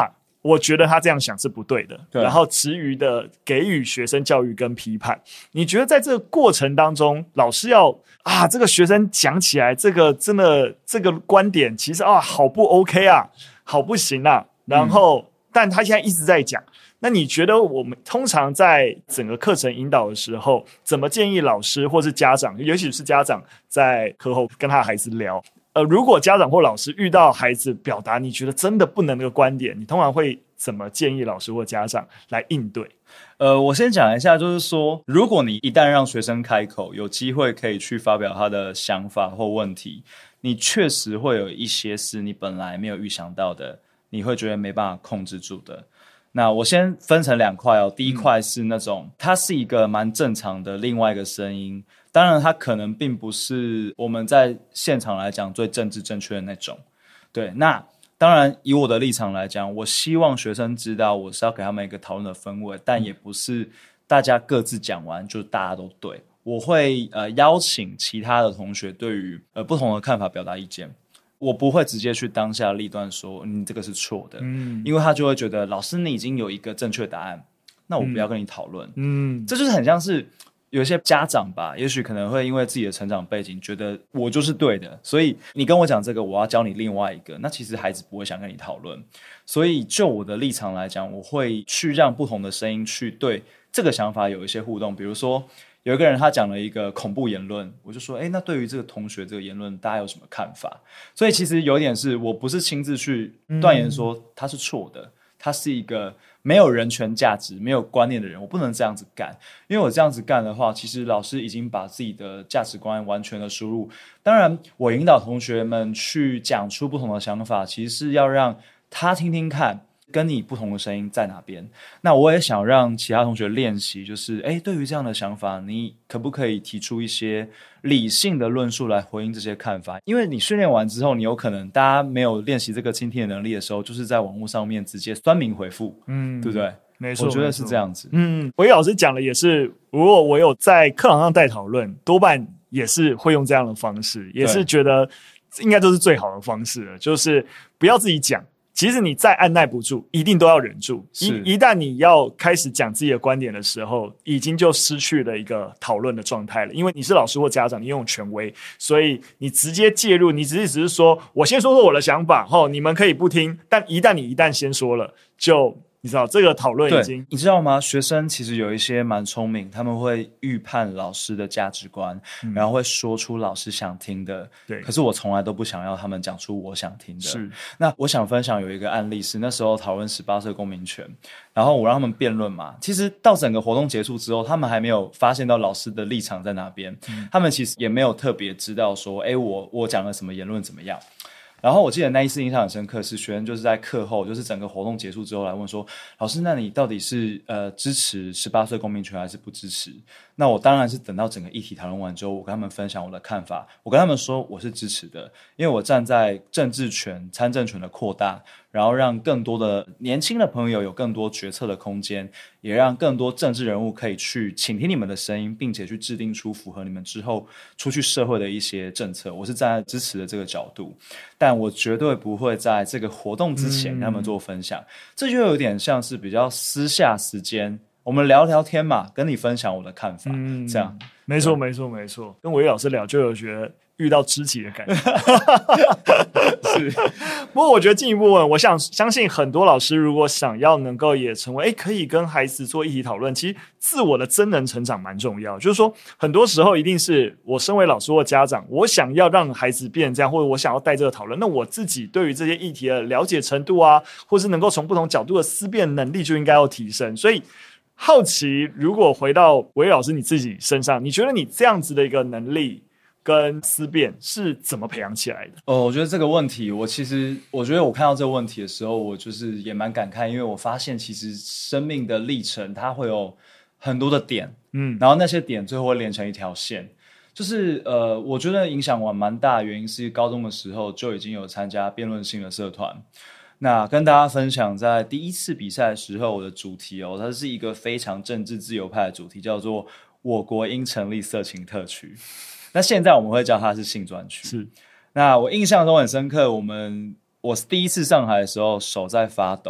我觉得他这样想是不对的， 对， 然后执于的给予学生教育跟批判。你觉得在这个过程当中，老师要啊，这个学生讲起来，这个真的这个观点其实啊，好不 OK 啊，好不行啊，然后、嗯、但他现在一直在讲。那你觉得我们通常在整个课程引导的时候，怎么建议老师或是家长，尤其是家长在课后跟他的孩子聊？呃，如果家长或老师遇到孩子表达你觉得真的不能那个观点，你通常会怎么建议老师或家长来应对？ 呃，我先讲一下，就是说，如果你一旦让学生开口，有机会可以去发表他的想法或问题，你确实会有一些是你本来没有预想到的，你会觉得没办法控制住的。那我先分成两块哦，第一块是那种、嗯、它是一个蛮正常的另外一个声音，当然它可能并不是我们在现场来讲最政治正确的那种。对，那当然以我的立场来讲，我希望学生知道我是要给他们一个讨论的氛围，但也不是大家各自讲完就大家都对。我会呃邀请其他的同学对于呃不同的看法表达意见。我不会直接去当下立断说你这个是错的，嗯，因为他就会觉得老师你已经有一个正确答案，那我不要跟你讨论，嗯，这就是很像是有一些家长吧，也许可能会因为自己的成长背景觉得我就是对的，所以你跟我讲这个，我要教你另外一个，那其实孩子不会想跟你讨论。所以就我的立场来讲，我会去让不同的声音去对这个想法有一些互动。比如说有一个人他讲了一个恐怖言论，我就说，诶，那对于这个同学这个言论大家有什么看法？所以其实有一点是我不是亲自去断言说他是错的，他是一个没有人权价值没有观念的人，我不能这样子干，因为我这样子干的话，其实老师已经把自己的价值观完全的输入。当然我引导同学们去讲出不同的想法，其实是要让他听听看跟你不同的声音在哪边。那我也想让其他同学练习，就是诶，对于这样的想法，你可不可以提出一些理性的论述来回应这些看法？因为你训练完之后，你有可能大家没有练习这个倾听的能力的时候，就是在网络上面直接酸民回复，嗯，对不对？ 没错， 我觉得是这样子。 嗯，维老师讲的也是，如果我有在课堂上带讨论，多半也是会用这样的方式，也是觉得应该都是最好的方式了，就是不要自己讲。其实你再按耐不住，一定都要忍住。一一旦你要开始讲自己的观点的时候，已经就失去了一个讨论的状态了。因为你是老师或家长，你拥有权威，所以你直接介入，你只是只是说我先说说我的想法，吼，你们可以不听，但一旦你一旦先说了，就你知道这个讨论已经， 你知道吗？学生其实有一些蛮聪明，他们会预判老师的价值观，嗯、然后会说出老师想听的。对，可是我从来都不想要他们讲出我想听的。是，那我想分享有一个案例是那时候讨论十八岁公民权，然后我让他们辩论嘛。其实到整个活动结束之后，他们还没有发现到老师的立场在哪边，嗯、他们其实也没有特别知道说，哎，我我讲了什么言论怎么样。然后我记得那一次印象很深刻，是学生就是在课后，就是整个活动结束之后来问说，老师，那你到底是呃支持十八岁公民权还是不支持？那我当然是等到整个议题讨论完之后，我跟他们分享我的看法，我跟他们说我是支持的，因为我站在政治权、参政权的扩大，然后让更多的年轻的朋友有更多决策的空间，也让更多政治人物可以去倾听你们的声音，并且去制定出符合你们之后出去社会的一些政策。我是站在支持的这个角度，但我绝对不会在这个活动之前跟他们做分享，嗯、这就有点像是比较私下时间，我们聊聊天嘛，跟你分享我的看法，嗯、这样。 没错，没错，没错。跟维老师聊，就有觉得遇到知己的感觉。是，不过我觉得进一步问，我想相信很多老师如果想要能够也成为，诶，可以跟孩子做议题讨论，其实自我的真人成长蛮重要。就是说，很多时候一定是我身为老师或家长，我想要让孩子变成这样，或者我想要带这个讨论，那我自己对于这些议题的了解程度啊，或是能够从不同角度的思辨能力就应该要提升。所以好奇，如果回到维老师你自己身上，你觉得你这样子的一个能力跟思辨是怎么培养起来的？ 哦，我觉得这个问题，我其实我觉得我看到这个问题的时候，我就是也蛮感慨，因为我发现其实生命的历程它会有很多的点，嗯，然后那些点最后会连成一条线。就是呃，我觉得影响我蛮大的原因是高中的时候就已经有参加辩论性的社团。那跟大家分享，在第一次比赛的时候，我的主题哦，它是一个非常政治自由派的主题，叫做“我国应成立色情特区”。那现在我们会叫它是性专区。是。那我印象中很深刻，我们我第一次上台的时候，手在发抖，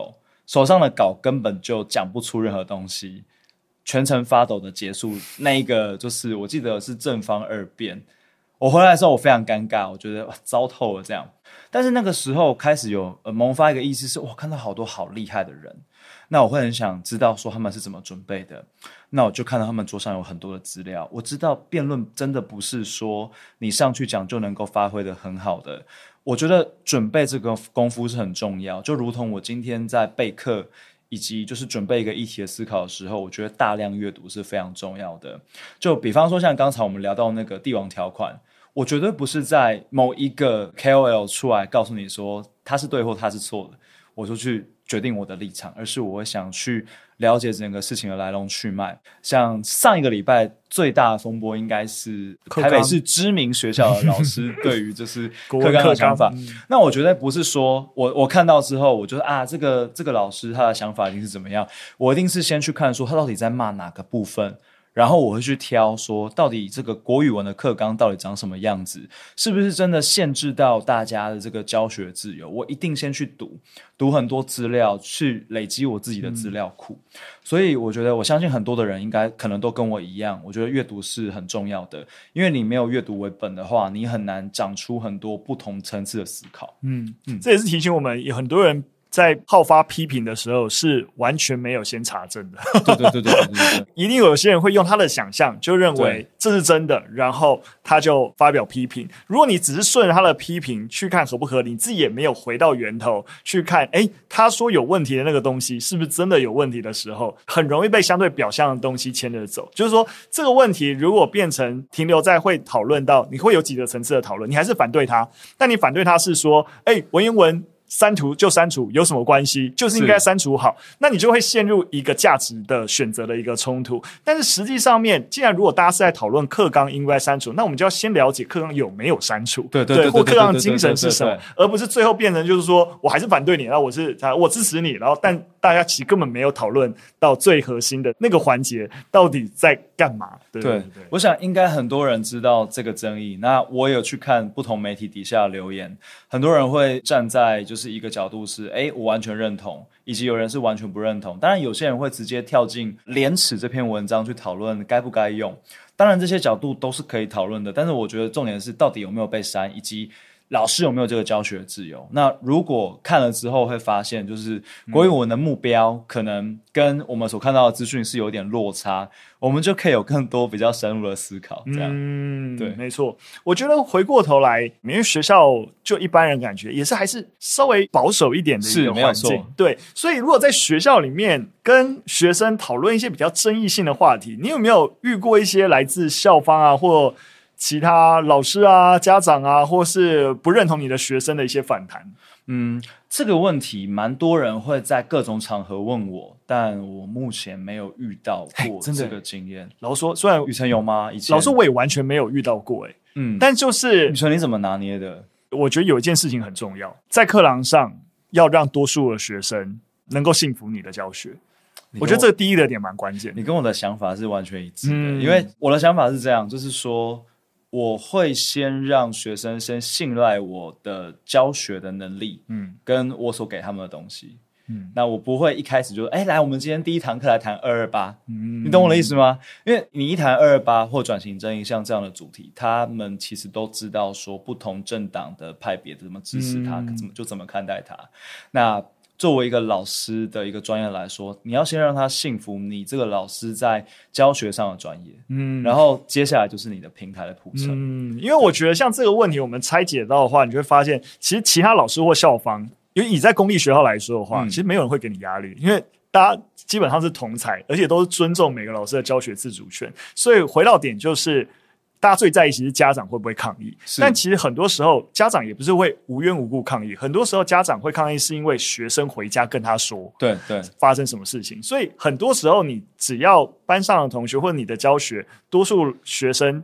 手上的稿根本就讲不出任何东西，全程发抖的结束。那一个就是我记得是正方二辩，我回来的时候我非常尴尬，我觉得糟透了这样。但是那个时候开始有、呃、萌发一个意思是，我看到好多好厉害的人，那我会很想知道说他们是怎么准备的。那我就看到他们桌上有很多的资料，我知道辩论真的不是说你上去讲就能够发挥的很好的。我觉得准备这个功夫是很重要，就如同我今天在备课以及就是准备一个议题的思考的时候，我觉得大量阅读是非常重要的。就比方说像刚才我们聊到那个帝王条款，我绝对不是在某一个 K O L 出来告诉你说他是对或他是错的，我就去决定我的立场，而是我会想去了解整个事情的来龙去脉。像上一个礼拜最大的风波应该是台北市知名学校的老师对于就是课纲的想法嗯、那我觉得不是说我我看到之后我觉得啊这个这个老师他的想法一定是怎么样，我一定是先去看说他到底在骂哪个部分，然后我会去挑说到底这个国语文的课纲到底长什么样子，是不是真的限制到大家的这个教学自由，我一定先去读读很多资料，去累积我自己的资料库、嗯、所以我觉得我相信很多的人应该可能都跟我一样，我觉得阅读是很重要的，因为你没有阅读为本的话，你很难长出很多不同层次的思考。 嗯嗯，这也是提醒我们有很多人在好发批评的时候是完全没有先查证的。 对对对对对 对, 对, 对一定有些人会用他的想象就认为这是真的，然后他就发表批评。如果你只是顺着他的批评去看合不合理，你自己也没有回到源头去看诶他说有问题的那个东西是不是真的有问题的时候，很容易被相对表象的东西牵着走。就是说这个问题如果变成停留在会讨论到你会有几个层次的讨论，你还是反对他，但你反对他是说诶文言文删除就删除有什么关系，就是应该删除好，那你就会陷入一个价值的选择的一个冲突。但是实际上面既然如果大家是在讨论课纲应该删除，那我们就要先了解课纲有没有删除， 对对对对， 或课纲的精神是什么，而不是最后变成就是说我还是反对你，然后我是我支持你，然后但大家其实根本没有讨论到最核心的那个环节到底在干嘛。 对, 对, 对, 对， 我想应该很多人知道这个争议，那我有去看不同媒体底下的留言，很多人会站在就是一个角度是诶我完全认同，以及有人是完全不认同，当然有些人会直接跳进廉耻这篇文章去讨论该不该用，当然这些角度都是可以讨论的，但是我觉得重点是到底有没有被删，以及老师有没有这个教学自由。那如果看了之后会发现就是国语文的目标可能跟我们所看到的资讯是有点落差，我们就可以有更多比较深入的思考这样。 嗯，对，没错。我觉得回过头来因为学校就一般人感觉也是还是稍微保守一点的一个环境，对，所以如果在学校里面跟学生讨论一些比较争议性的话题，你有没有遇过一些来自校方啊或其他老师啊家长啊或是不认同你的学生的一些反弹？ 嗯，这个问题蛮多人会在各种场合问我，但我目前没有遇到过这个经验。 老实说，虽然宇辰有吗？以前老实说我也完全没有遇到过、欸、 嗯， 但就是宇辰你怎么拿捏的？ 我觉得有一件事情很重要，在课堂上要让多数的学生能够信服你的教学，我, 我觉得这个第一个点蛮关键的。 你跟我的想法是完全一致的、嗯、因为我的想法是这样，就是说我会先让学生先信赖我的教学的能力，嗯，跟我所给他们的东西，嗯，那我不会一开始就哎，来，我们今天第一堂课来谈二二八，嗯，你懂我的意思吗？因为你一谈二二八或转型正义像这样的主题，他们其实都知道说不同政党的派别怎么支持他，嗯、怎么就怎么看待他。那作为一个老师的一个专业来说，你要先让他信服你这个老师在教学上的专业，嗯，然后接下来就是你的平台的铺陈， 嗯，因为我觉得像这个问题我们拆解到的话，你就会发现其实其他老师或校方，因为你在公立学校来说的话、嗯、其实没有人会给你压力，因为大家基本上是同侪，而且都是尊重每个老师的教学自主权，所以回到点就是大家最在意其实家长会不会抗议，但其实很多时候家长也不是会无缘无故抗议，很多时候家长会抗议是因为学生回家跟他说对对发生什么事情，所以很多时候你只要班上的同学或者你的教学多数学生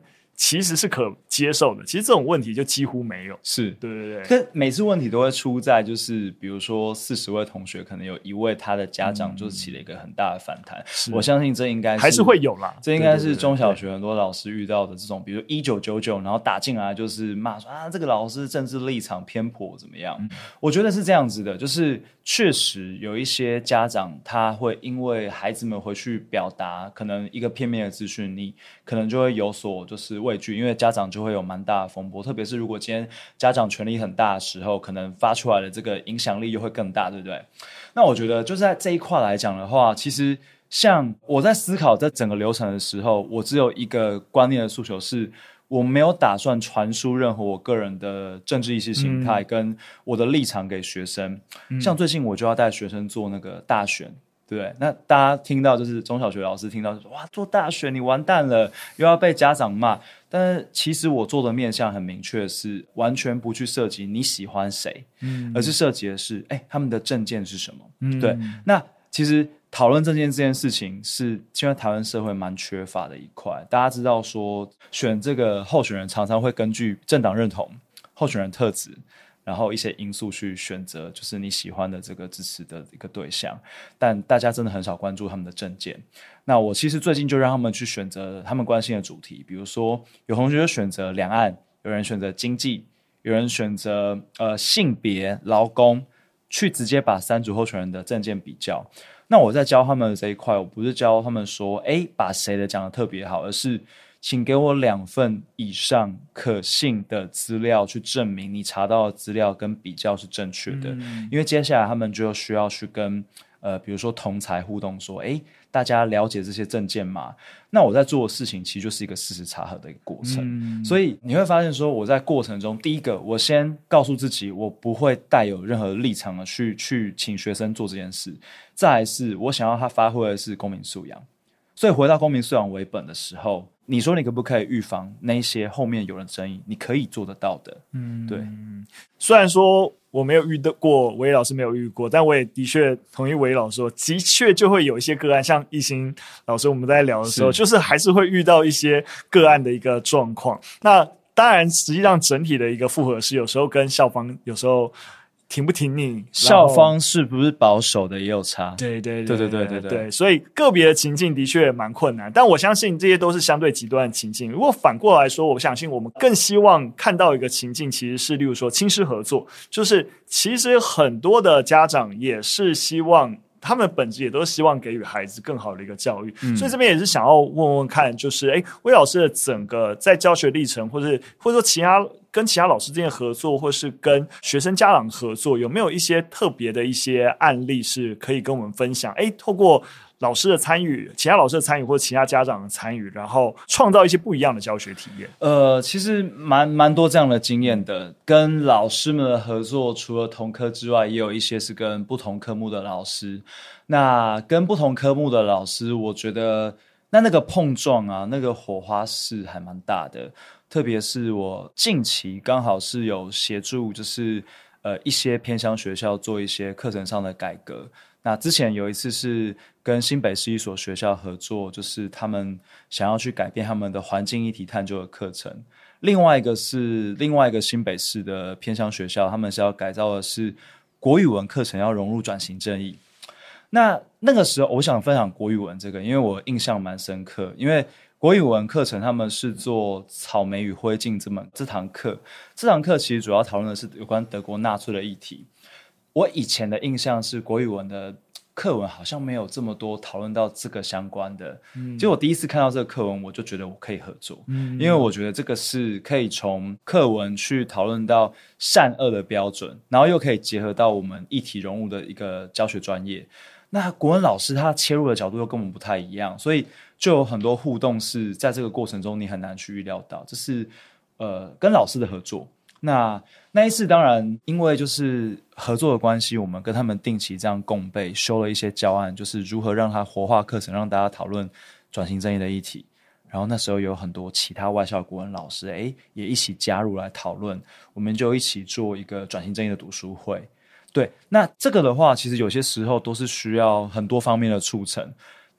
其实是可接受的，其实这种问题就几乎没有。 是， 对对对。 可每次问题都会出在就是比如说四十位同学可能有一位他的家长就是起了一个很大的反弹、嗯、我相信这应该是还是会有啦， 这应该是中小学很多老师遇到的这种，比如一九九九然后打进来就是骂说啊这个老师政治立场偏颇怎么样、嗯、我觉得是这样子的，就是确实有一些家长他会因为孩子们回去表达可能一个片面的资讯，你可能就会有所就是畏惧，因为家长就会有蛮大的风波，特别是如果今天家长权力很大的时候，可能发出来的这个影响力又会更大，对不对？那我觉得就在这一块来讲的话，其实像我在思考这整个流程的时候，我只有一个观念的诉求是，我没有打算传输任何我个人的政治意识形态跟我的立场给学生、嗯、像最近我就要带学生做那个大选，对不对？那大家听到就是中小学老师听到就说哇做大选你完蛋了，又要被家长骂，但是其实我做的面向很明确，是完全不去涉及你喜欢谁、嗯、而是涉及的是哎他们的政见是什么、嗯、对。那其实讨论政见这件事情是现在台湾社会蛮缺乏的一块，大家知道说选这个候选人常常会根据政党认同、候选人特质然后一些因素去选择就是你喜欢的这个支持的一个对象，但大家真的很少关注他们的政见。那我其实最近就让他们去选择他们关心的主题，比如说有同学就选择两岸，有人选择经济，有人选择呃性别、劳工，去直接把三组候选人的政见比较。那我在教他们的这一块，我不是教他们说诶把谁的讲得特别好，而是请给我两份以上可信的资料去证明你查到的资料跟比较是正确的、嗯、因为接下来他们就需要去跟呃，比如说同侪互动说诶大家了解这些政见吗？那我在做的事情其实就是一个事实查核的一个过程、嗯、所以你会发现说我在过程中，第一个我先告诉自己我不会带有任何立场的去去请学生做这件事，再来是我想要他发挥的是公民素养，所以回到公民素养为本的时候，你说你可不可以预防那些后面有人争议，你可以做得到的。嗯，对。 虽然说我没有遇到过，韦老师没有遇过，但我也的确同意韦老师说，的确就会有一些个案，像一心老师我们在聊的时候，就是还是会遇到一些个案的一个状况。那当然实际上整体的一个复合是有时候跟校方有时候挺不挺你， 校方是不是保守的也有差。 对对对对对对 对, 对，所以个别的情境的确蛮困难，但我相信这些都是相对极端的情境。如果反过来说，我相信我们更希望看到一个情境，其实是例如说亲师合作，就是其实很多的家长也是希望他们的本质也都是希望给予孩子更好的一个教育、嗯、所以这边也是想要问问看，就是诶魏老师的整个在教学历程，或者或者说其他跟其他老师之间合作，或是跟学生家长合作，有没有一些特别的一些案例是可以跟我们分享？诶透过老师的参与，其他老师的参与，或者其他家长的参与，然后创造一些不一样的教学体验。 呃，其实蛮蛮多这样的经验的。跟老师们的合作，除了同科之外，也有一些是跟不同科目的老师。那跟不同科目的老师，我觉得那那个碰撞啊，那个火花是还蛮大的。特别是我近期刚好是有协助，就是呃一些偏乡学校做一些课程上的改革。那之前有一次是跟新北市一所学校合作，就是他们想要去改变他们的环境议题探究的课程。另外一个是另外一个新北市的偏乡学校，他们是要改造的是国语文课程要融入转型正义。那那个时候我想分享国语文这个，因为我印象蛮深刻，因为国语文课程他们是做草莓与灰烬这门这堂课，这堂课其实主要讨论的是有关德国纳粹的议题。我以前的印象是国语文的课文好像没有这么多讨论到这个相关的，嗯，结果我第一次看到这个课文，我就觉得我可以合作，嗯，因为我觉得这个是可以从课文去讨论到善恶的标准，然后又可以结合到我们议题融入的一个教学专业。那国文老师他切入的角度又跟我们不太一样，所以就有很多互动是在这个过程中你很难去预料到，这是呃跟老师的合作。那那一次当然因为就是合作的关系，我们跟他们定期这样共备修了一些教案，就是如何让他活化课程，让大家讨论转型正义的议题。然后那时候有很多其他外校国文老师诶也一起加入来讨论，我们就一起做一个转型正义的读书会。对，那这个的话其实有些时候都是需要很多方面的促成。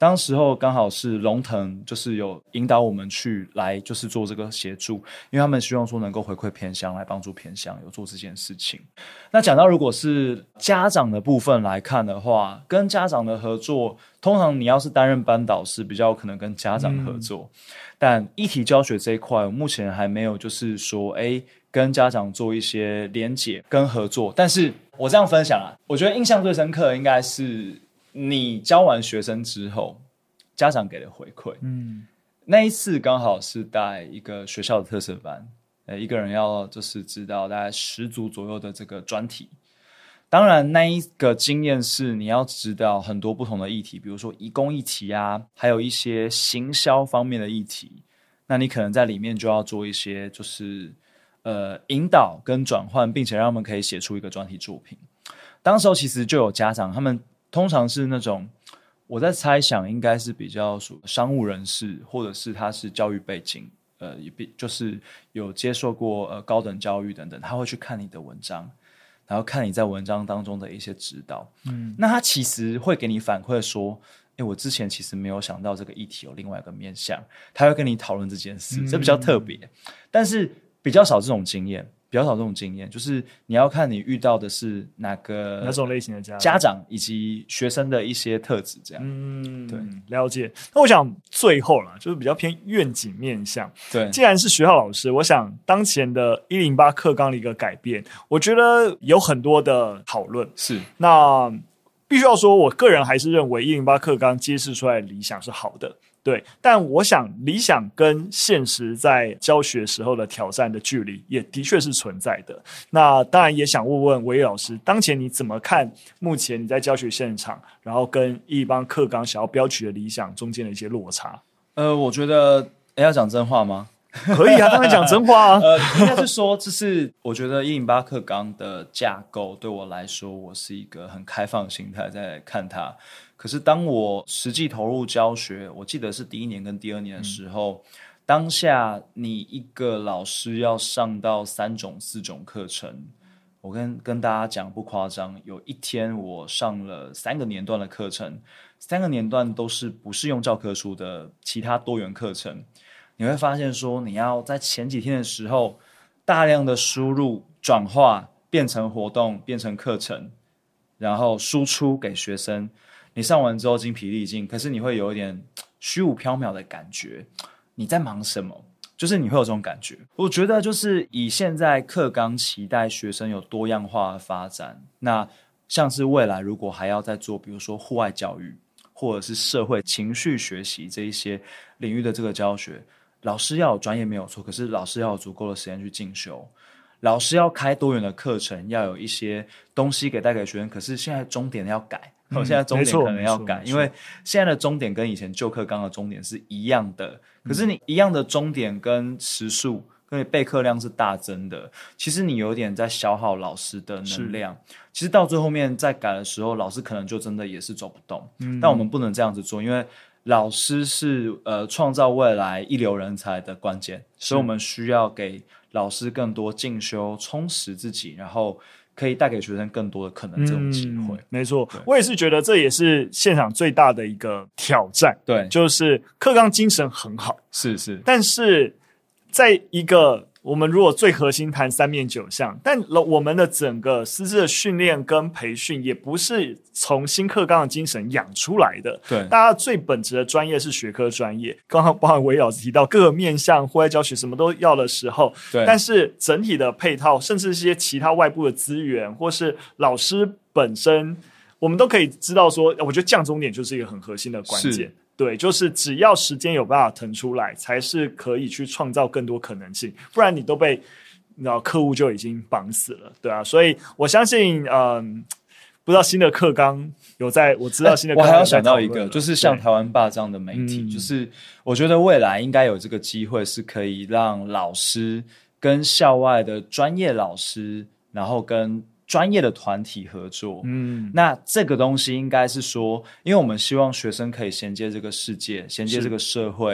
当时候刚好是龙腾就是有引导我们去来就是做这个协助，因为他们希望说能够回馈偏乡，来帮助偏乡有做这件事情。那讲到如果是家长的部分来看的话，跟家长的合作，通常你要是担任班导师比较有可能跟家长合作、嗯、但议题教学这一块我目前还没有就是说哎跟家长做一些连结跟合作。但是我这样分享啊，我觉得印象最深刻的应该是你教完学生之后家长给的回馈。嗯，那一次刚好是带一个学校的特色班，呃，一个人要就是知道大概十组左右的这个专题。当然那一个经验是你要知道很多不同的议题，比如说移工议题啊，还有一些行销方面的议题，那你可能在里面就要做一些就是呃引导跟转换，并且让他们可以写出一个专题作品。当时候其实就有家长，他们通常是那种我在猜想应该是比较属商务人士，或者是他是教育背景，呃，也就是有接受过呃高等教育等等，他会去看你的文章，然后看你在文章当中的一些指导。嗯，那他其实会给你反馈说，哎，我之前其实没有想到这个议题有另外一个面向，他会跟你讨论这件事，这比较特别，但是比较少这种经验。比较少这种经验，就是你要看你遇到的是哪个哪种类型的家长， 家长以及学生的一些特质，这样。嗯，对， 了解。那我想最后啦，就是比较偏愿景面向。 对， 既然是学校老师，我想当前的一零八课纲的一个改变，我觉得有很多的讨论。 是， 那必须要说，我个人还是认为一零八课纲揭示出来的理想是好的。对，但我想理想跟现实在教学时候的挑战的距离也的确是存在的。那当然也想问问维老师，当前你怎么看目前你在教学现场，然后跟一零八课纲想要标取的理想中间的一些落差？ 呃，我觉得要讲真话吗？ 可以啊，当然讲真话啊。 呃，应该是说，这是我觉得一零八课纲的架构对我来说，我是一个很开放的心态在看它。可是当我实际投入教学，我记得是第一年跟第二年的时候、嗯、当下你一个老师要上到三种四种课程，我跟跟大家讲不夸张，有一天我上了三个年段的课程，三个年段都是不是用教科书的其他多元课程。你会发现说，你要在前几天的时候大量的输入转化变成活动变成课程，然后输出给学生，你上完之后精疲力尽，可是你会有一点虚无缥缈的感觉，你在忙什么？就是你会有这种感觉。我觉得就是以现在课纲期待学生有多样化的发展，那像是未来如果还要再做比如说户外教育或者是社会情绪学习这一些领域的这个教学，老师要有专业没有错，可是老师要有足够的时间去进修，老师要开多元的课程，要有一些东西给带给学生，可是现在终点要改，我、嗯、现在终点可能要改，因为现在的终点跟以前旧课纲的终点是一样的，可是你一样的终点跟时数跟你备课量是大增的，其实你有点在消耗老师的能量，其实到最后面在改的时候，老师可能就真的也是走不动、嗯、但我们不能这样子做，因为老师是呃创造未来一流人才的关键，所以我们需要给老师更多进修充实自己，然后可以带给学生更多的可能这种机会、嗯、 没错，我也是觉得这也是现场最大的一个挑战， 对， 就是课纲精神很好， 是是， 但是在一个我们如果最核心谈三面九项，但我们的整个师资的训练跟培训也不是从新课纲的精神养出来的。 对， 大家最本质的专业是学科专业，刚刚包含维老师提到各个面向户外教学什么都要的时候， 对， 但是整体的配套甚至是一些其他外部的资源或是老师本身，我们都可以知道说，我觉得降终点就是一个很核心的关键。对，就是只要时间有办法腾出来，才是可以去创造更多可能性，不然你都被你知道客户就已经绑死了，对啊，所以我相信，嗯，不知道新的课纲有在，我知道新的课纲有在、欸、我还要想到一个，就是像台湾吧这样的媒体，就是我觉得未来应该有这个机会，是可以让老师跟校外的专业老师，然后跟专业的团体合作，嗯，那这个东西应该是说，因为我们希望学生可以衔接这个世界，衔接这个社会，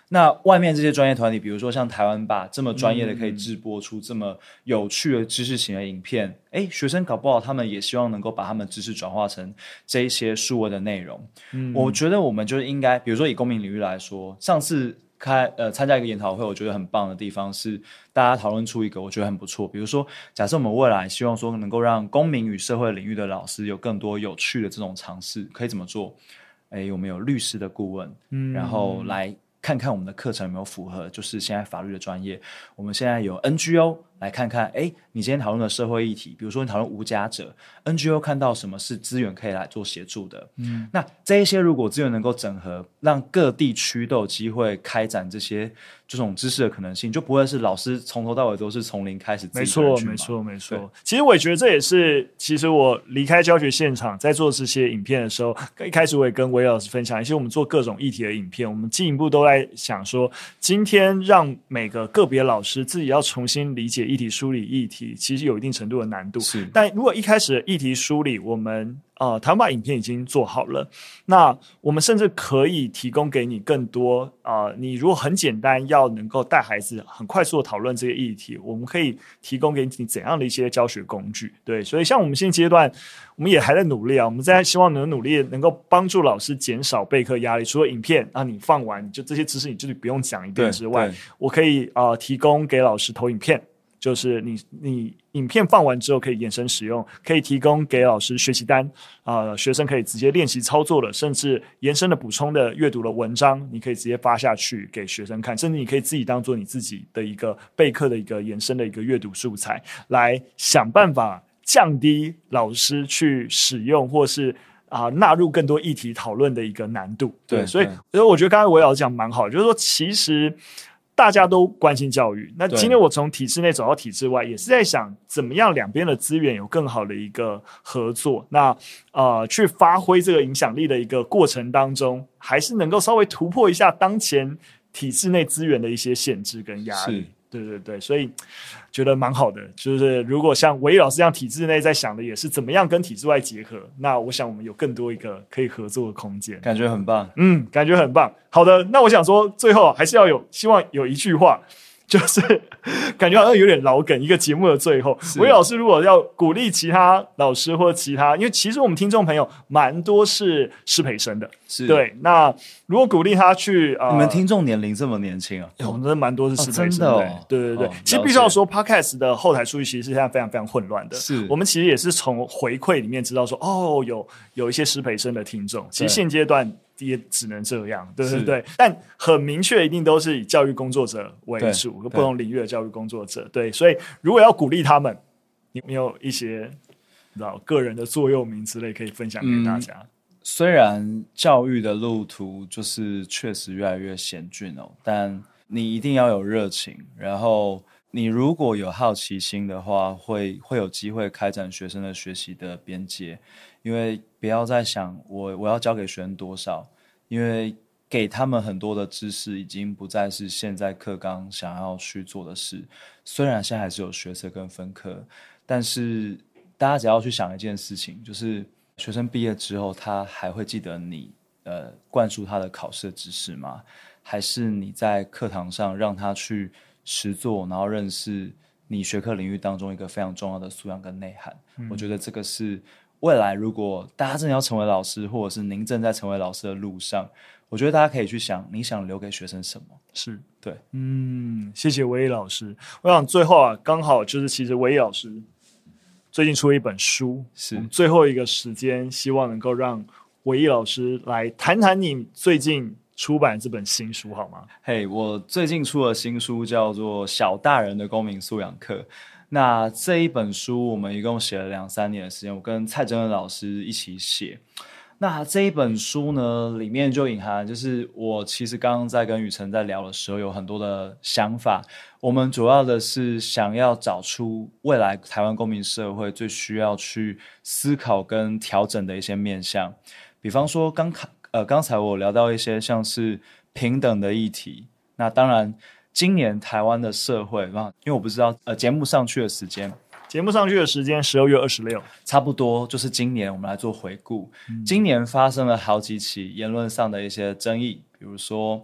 那外面这些专业团体，比如说像台湾吧这么专业的，可以制播出这么有趣的知识型的影片，哎、嗯，学生搞不好他们也希望能够把他们知识转化成这一些数位的内容。嗯，我觉得我们就是应该，比如说以公民领域来说，上次开呃参加一个研讨会，我觉得很棒的地方是大家讨论出一个我觉得很不错，比如说假设我们未来希望说能够让公民与社会领域的老师有更多有趣的这种尝试，可以怎么做？哎，我们有律师的顾问，嗯，然后来看看我们的课程有没有符合就是现在法律的专业。我们现在有 N G O 来看看，哎，你今天讨论的社会议题，比如说你讨论无家者 N G O 看到什么是资源可以来做协助的，嗯，那这一些如果资源能够整合，让各地区都有机会开展这些这种知识的可能性，就不会是老师从头到尾都是从零开始自己没错没错没错。其实我也觉得这也是其实我离开教学现场在做这些影片的时候，一开始我也跟维老师分享，其实我们做各种议题的影片，我们进一步都在想说，今天让每个个别老师自己要重新理解议题梳理议题，其实有一定程度的难度。是，但如果一开始的议题梳理我们呃，台湾把影片已经做好了，那我们甚至可以提供给你更多呃，你如果很简单要能够带孩子很快速的讨论这些议题，我们可以提供给你怎样的一些教学工具。对，所以像我们现阶段我们也还在努力啊，我们在希望能努力能够帮助老师减少备课压力，除了影片啊你放完你就这些知识你就是不用讲一遍之外，我可以呃提供给老师投影片，就是你你影片放完之后可以延伸使用，可以提供给老师学习单，呃，学生可以直接练习操作的，甚至延伸的补充的阅读的文章，你可以直接发下去给学生看，甚至你可以自己当做你自己的一个备课的一个延伸的一个阅读素材，来想办法降低老师去使用或是啊、呃，纳入更多议题讨论的一个难度。对，对所以所以我觉得刚才我也要讲蛮好，就是说其实大家都关心教育，那今天我从体制内走到体制外，也是在想怎么样两边的资源有更好的一个合作，那呃去发挥这个影响力的一个过程当中，还是能够稍微突破一下当前体制内资源的一些限制跟压力。对对对，所以觉得蛮好的，就是如果像维老师这样体制内在想的也是怎么样跟体制外结合，那我想我们有更多一个可以合作的空间， 感觉很棒。 嗯，感觉很棒。好的，那我想说最后还是要有希望有一句话，就是感觉好像有点老梗，一个节目的最后，维老师如果要鼓励其他老师或其他，因为其实我们听众朋友蛮多是师培生的，是对。那如果鼓励他去，呃、 你们听众年龄这么年轻啊？ 我们真的蛮多是师培生的， 哦哦、 对对对。哦、其实必须要说 ，Podcast 的后台数据其实是现在非常非常混乱的。是我们其实也是从回馈里面知道说，哦，有有一些师培生的听众，其实现阶段也只能这样，对对对。但很明确，一定都是以教育工作者为主，不同领域的教育工作者。对，所以如果要鼓励他们，你有没有一些你知道个人的座右铭之类可以分享给大家？嗯， 虽然教育的路途就是确实越来越险峻哦，但你一定要有热情，然后你如果有好奇心的话，会会有机会开展学生的学习的边界。因为不要再想我我要教给学生多少，因为给他们很多的知识已经不再是现在课纲想要去做的事。虽然现在还是有学测跟分科，但是大家只要去想一件事情，就是学生毕业之后，他还会记得你呃灌输他的考试的知识吗？还是你在课堂上让他去实作，然后认识你学科领域当中一个非常重要的素养跟内涵？嗯，我觉得这个是未来如果大家真的要成为老师，或者是您正在成为老师的路上，我觉得大家可以去想你想留给学生什么。 是， 对， 嗯，谢谢维毅老师。我想最后啊，刚好就是其实维毅老师最近出了一本书，是我们最后一个时间，希望能够让维毅老师来谈谈你最近出版这本新书好吗？ 嘿、hey, 我最近出了新书叫做《小大人的公民素养课》。那这一本书我们一共写了两三年的时间，我跟蔡真恩老师一起写。那这一本书呢，里面就隐含就是我其实刚刚在跟宇辰在聊的时候有很多的想法，我们主要的是想要找出未来台湾公民社会最需要去思考跟调整的一些面向，比方说刚呃刚才我聊到一些像是平等的议题，那当然今年台湾的社会，因为我不知道呃节目上去的时间， 节目上去的时间十二月二十六， 差不多就是今年我们来做回顾。嗯，今年发生了好几起言论上的一些争议，比如说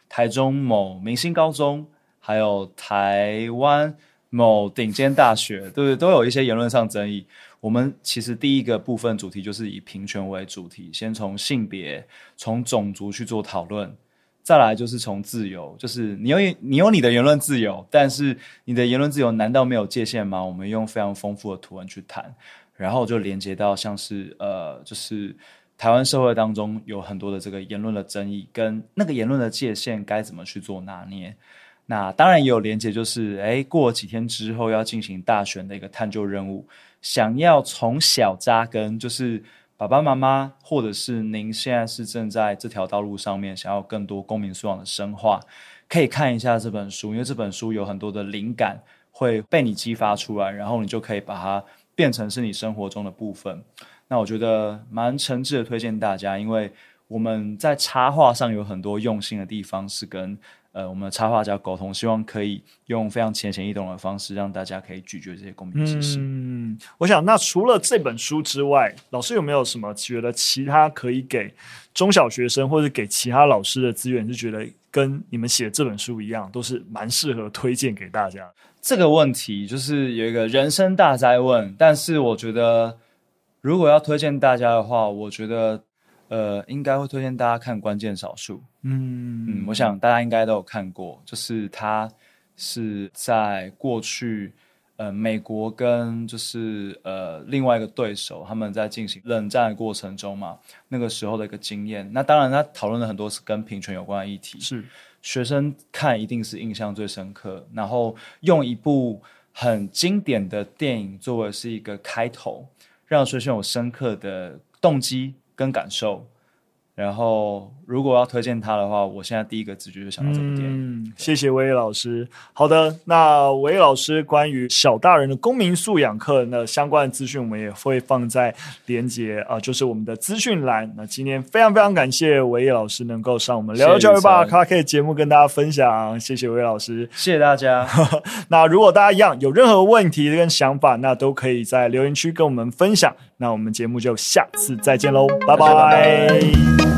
台中某明星高中，还有台湾某顶尖大学，对不对？都有一些言论上争议。我们其实第一个部分主题就是以平权为主题，先从性别、从种族去做讨论，再来就是从自由，就是你有你有你的言论自由，但是你的言论自由难道没有界限吗？我们用非常丰富的图文去谈，然后就连接到像是呃，就是台湾社会当中有很多的这个言论的争议，跟那个言论的界限该怎么去做拿捏。那当然也有连结，就是哎，过了几天之后要进行大选的一个探究任务，想要从小扎根，就是爸爸妈妈或者是您现在是正在这条道路上面想要更多公民素养的深化，可以看一下这本书，因为这本书有很多的灵感会被你激发出来，然后你就可以把它变成是你生活中的部分。那我觉得蛮诚挚的推荐大家，因为我们在插画上有很多用心的地方是跟呃，我们的插画家沟通，希望可以用非常浅显易懂的方式，让大家可以咀嚼这些公民知识。 嗯，我想那除了这本书之外，老师有没有什么觉得其他可以给中小学生或者给其他老师的资源，是觉得跟你们写这本书一样，都是蛮适合推荐给大家？ 这个问题就是有一个人生大哉问，但是我觉得如果要推荐大家的话，我觉得呃，应该会推荐大家看《关键少数》。嗯嗯，我想大家应该都有看过，就是它是在过去呃美国跟就是呃另外一个对手他们在进行冷战的过程中嘛，那个时候的一个经验。那当然他讨论了很多是跟平权有关的议题， 是学生看一定是印象最深刻，然后用一部很经典的电影作为是一个开头，让学生有深刻的动机跟感受。然后如果要推荐他的话，我现在第一个直觉就想到这部电影。 嗯，谢谢维野老师。好的，那维野老师关于小大人的公民素养课那相关的资讯，我们也会放在连结啊、呃，就是我们的资讯栏。那今天非常非常感谢维野老师能够上我们聊聊教育吧 K K 节目跟大家分享，谢谢维野老师， 谢谢大家。 那如果大家一样有任何问题跟想法，那都可以在留言区跟我们分享。那我们节目就下次再见喽，拜拜。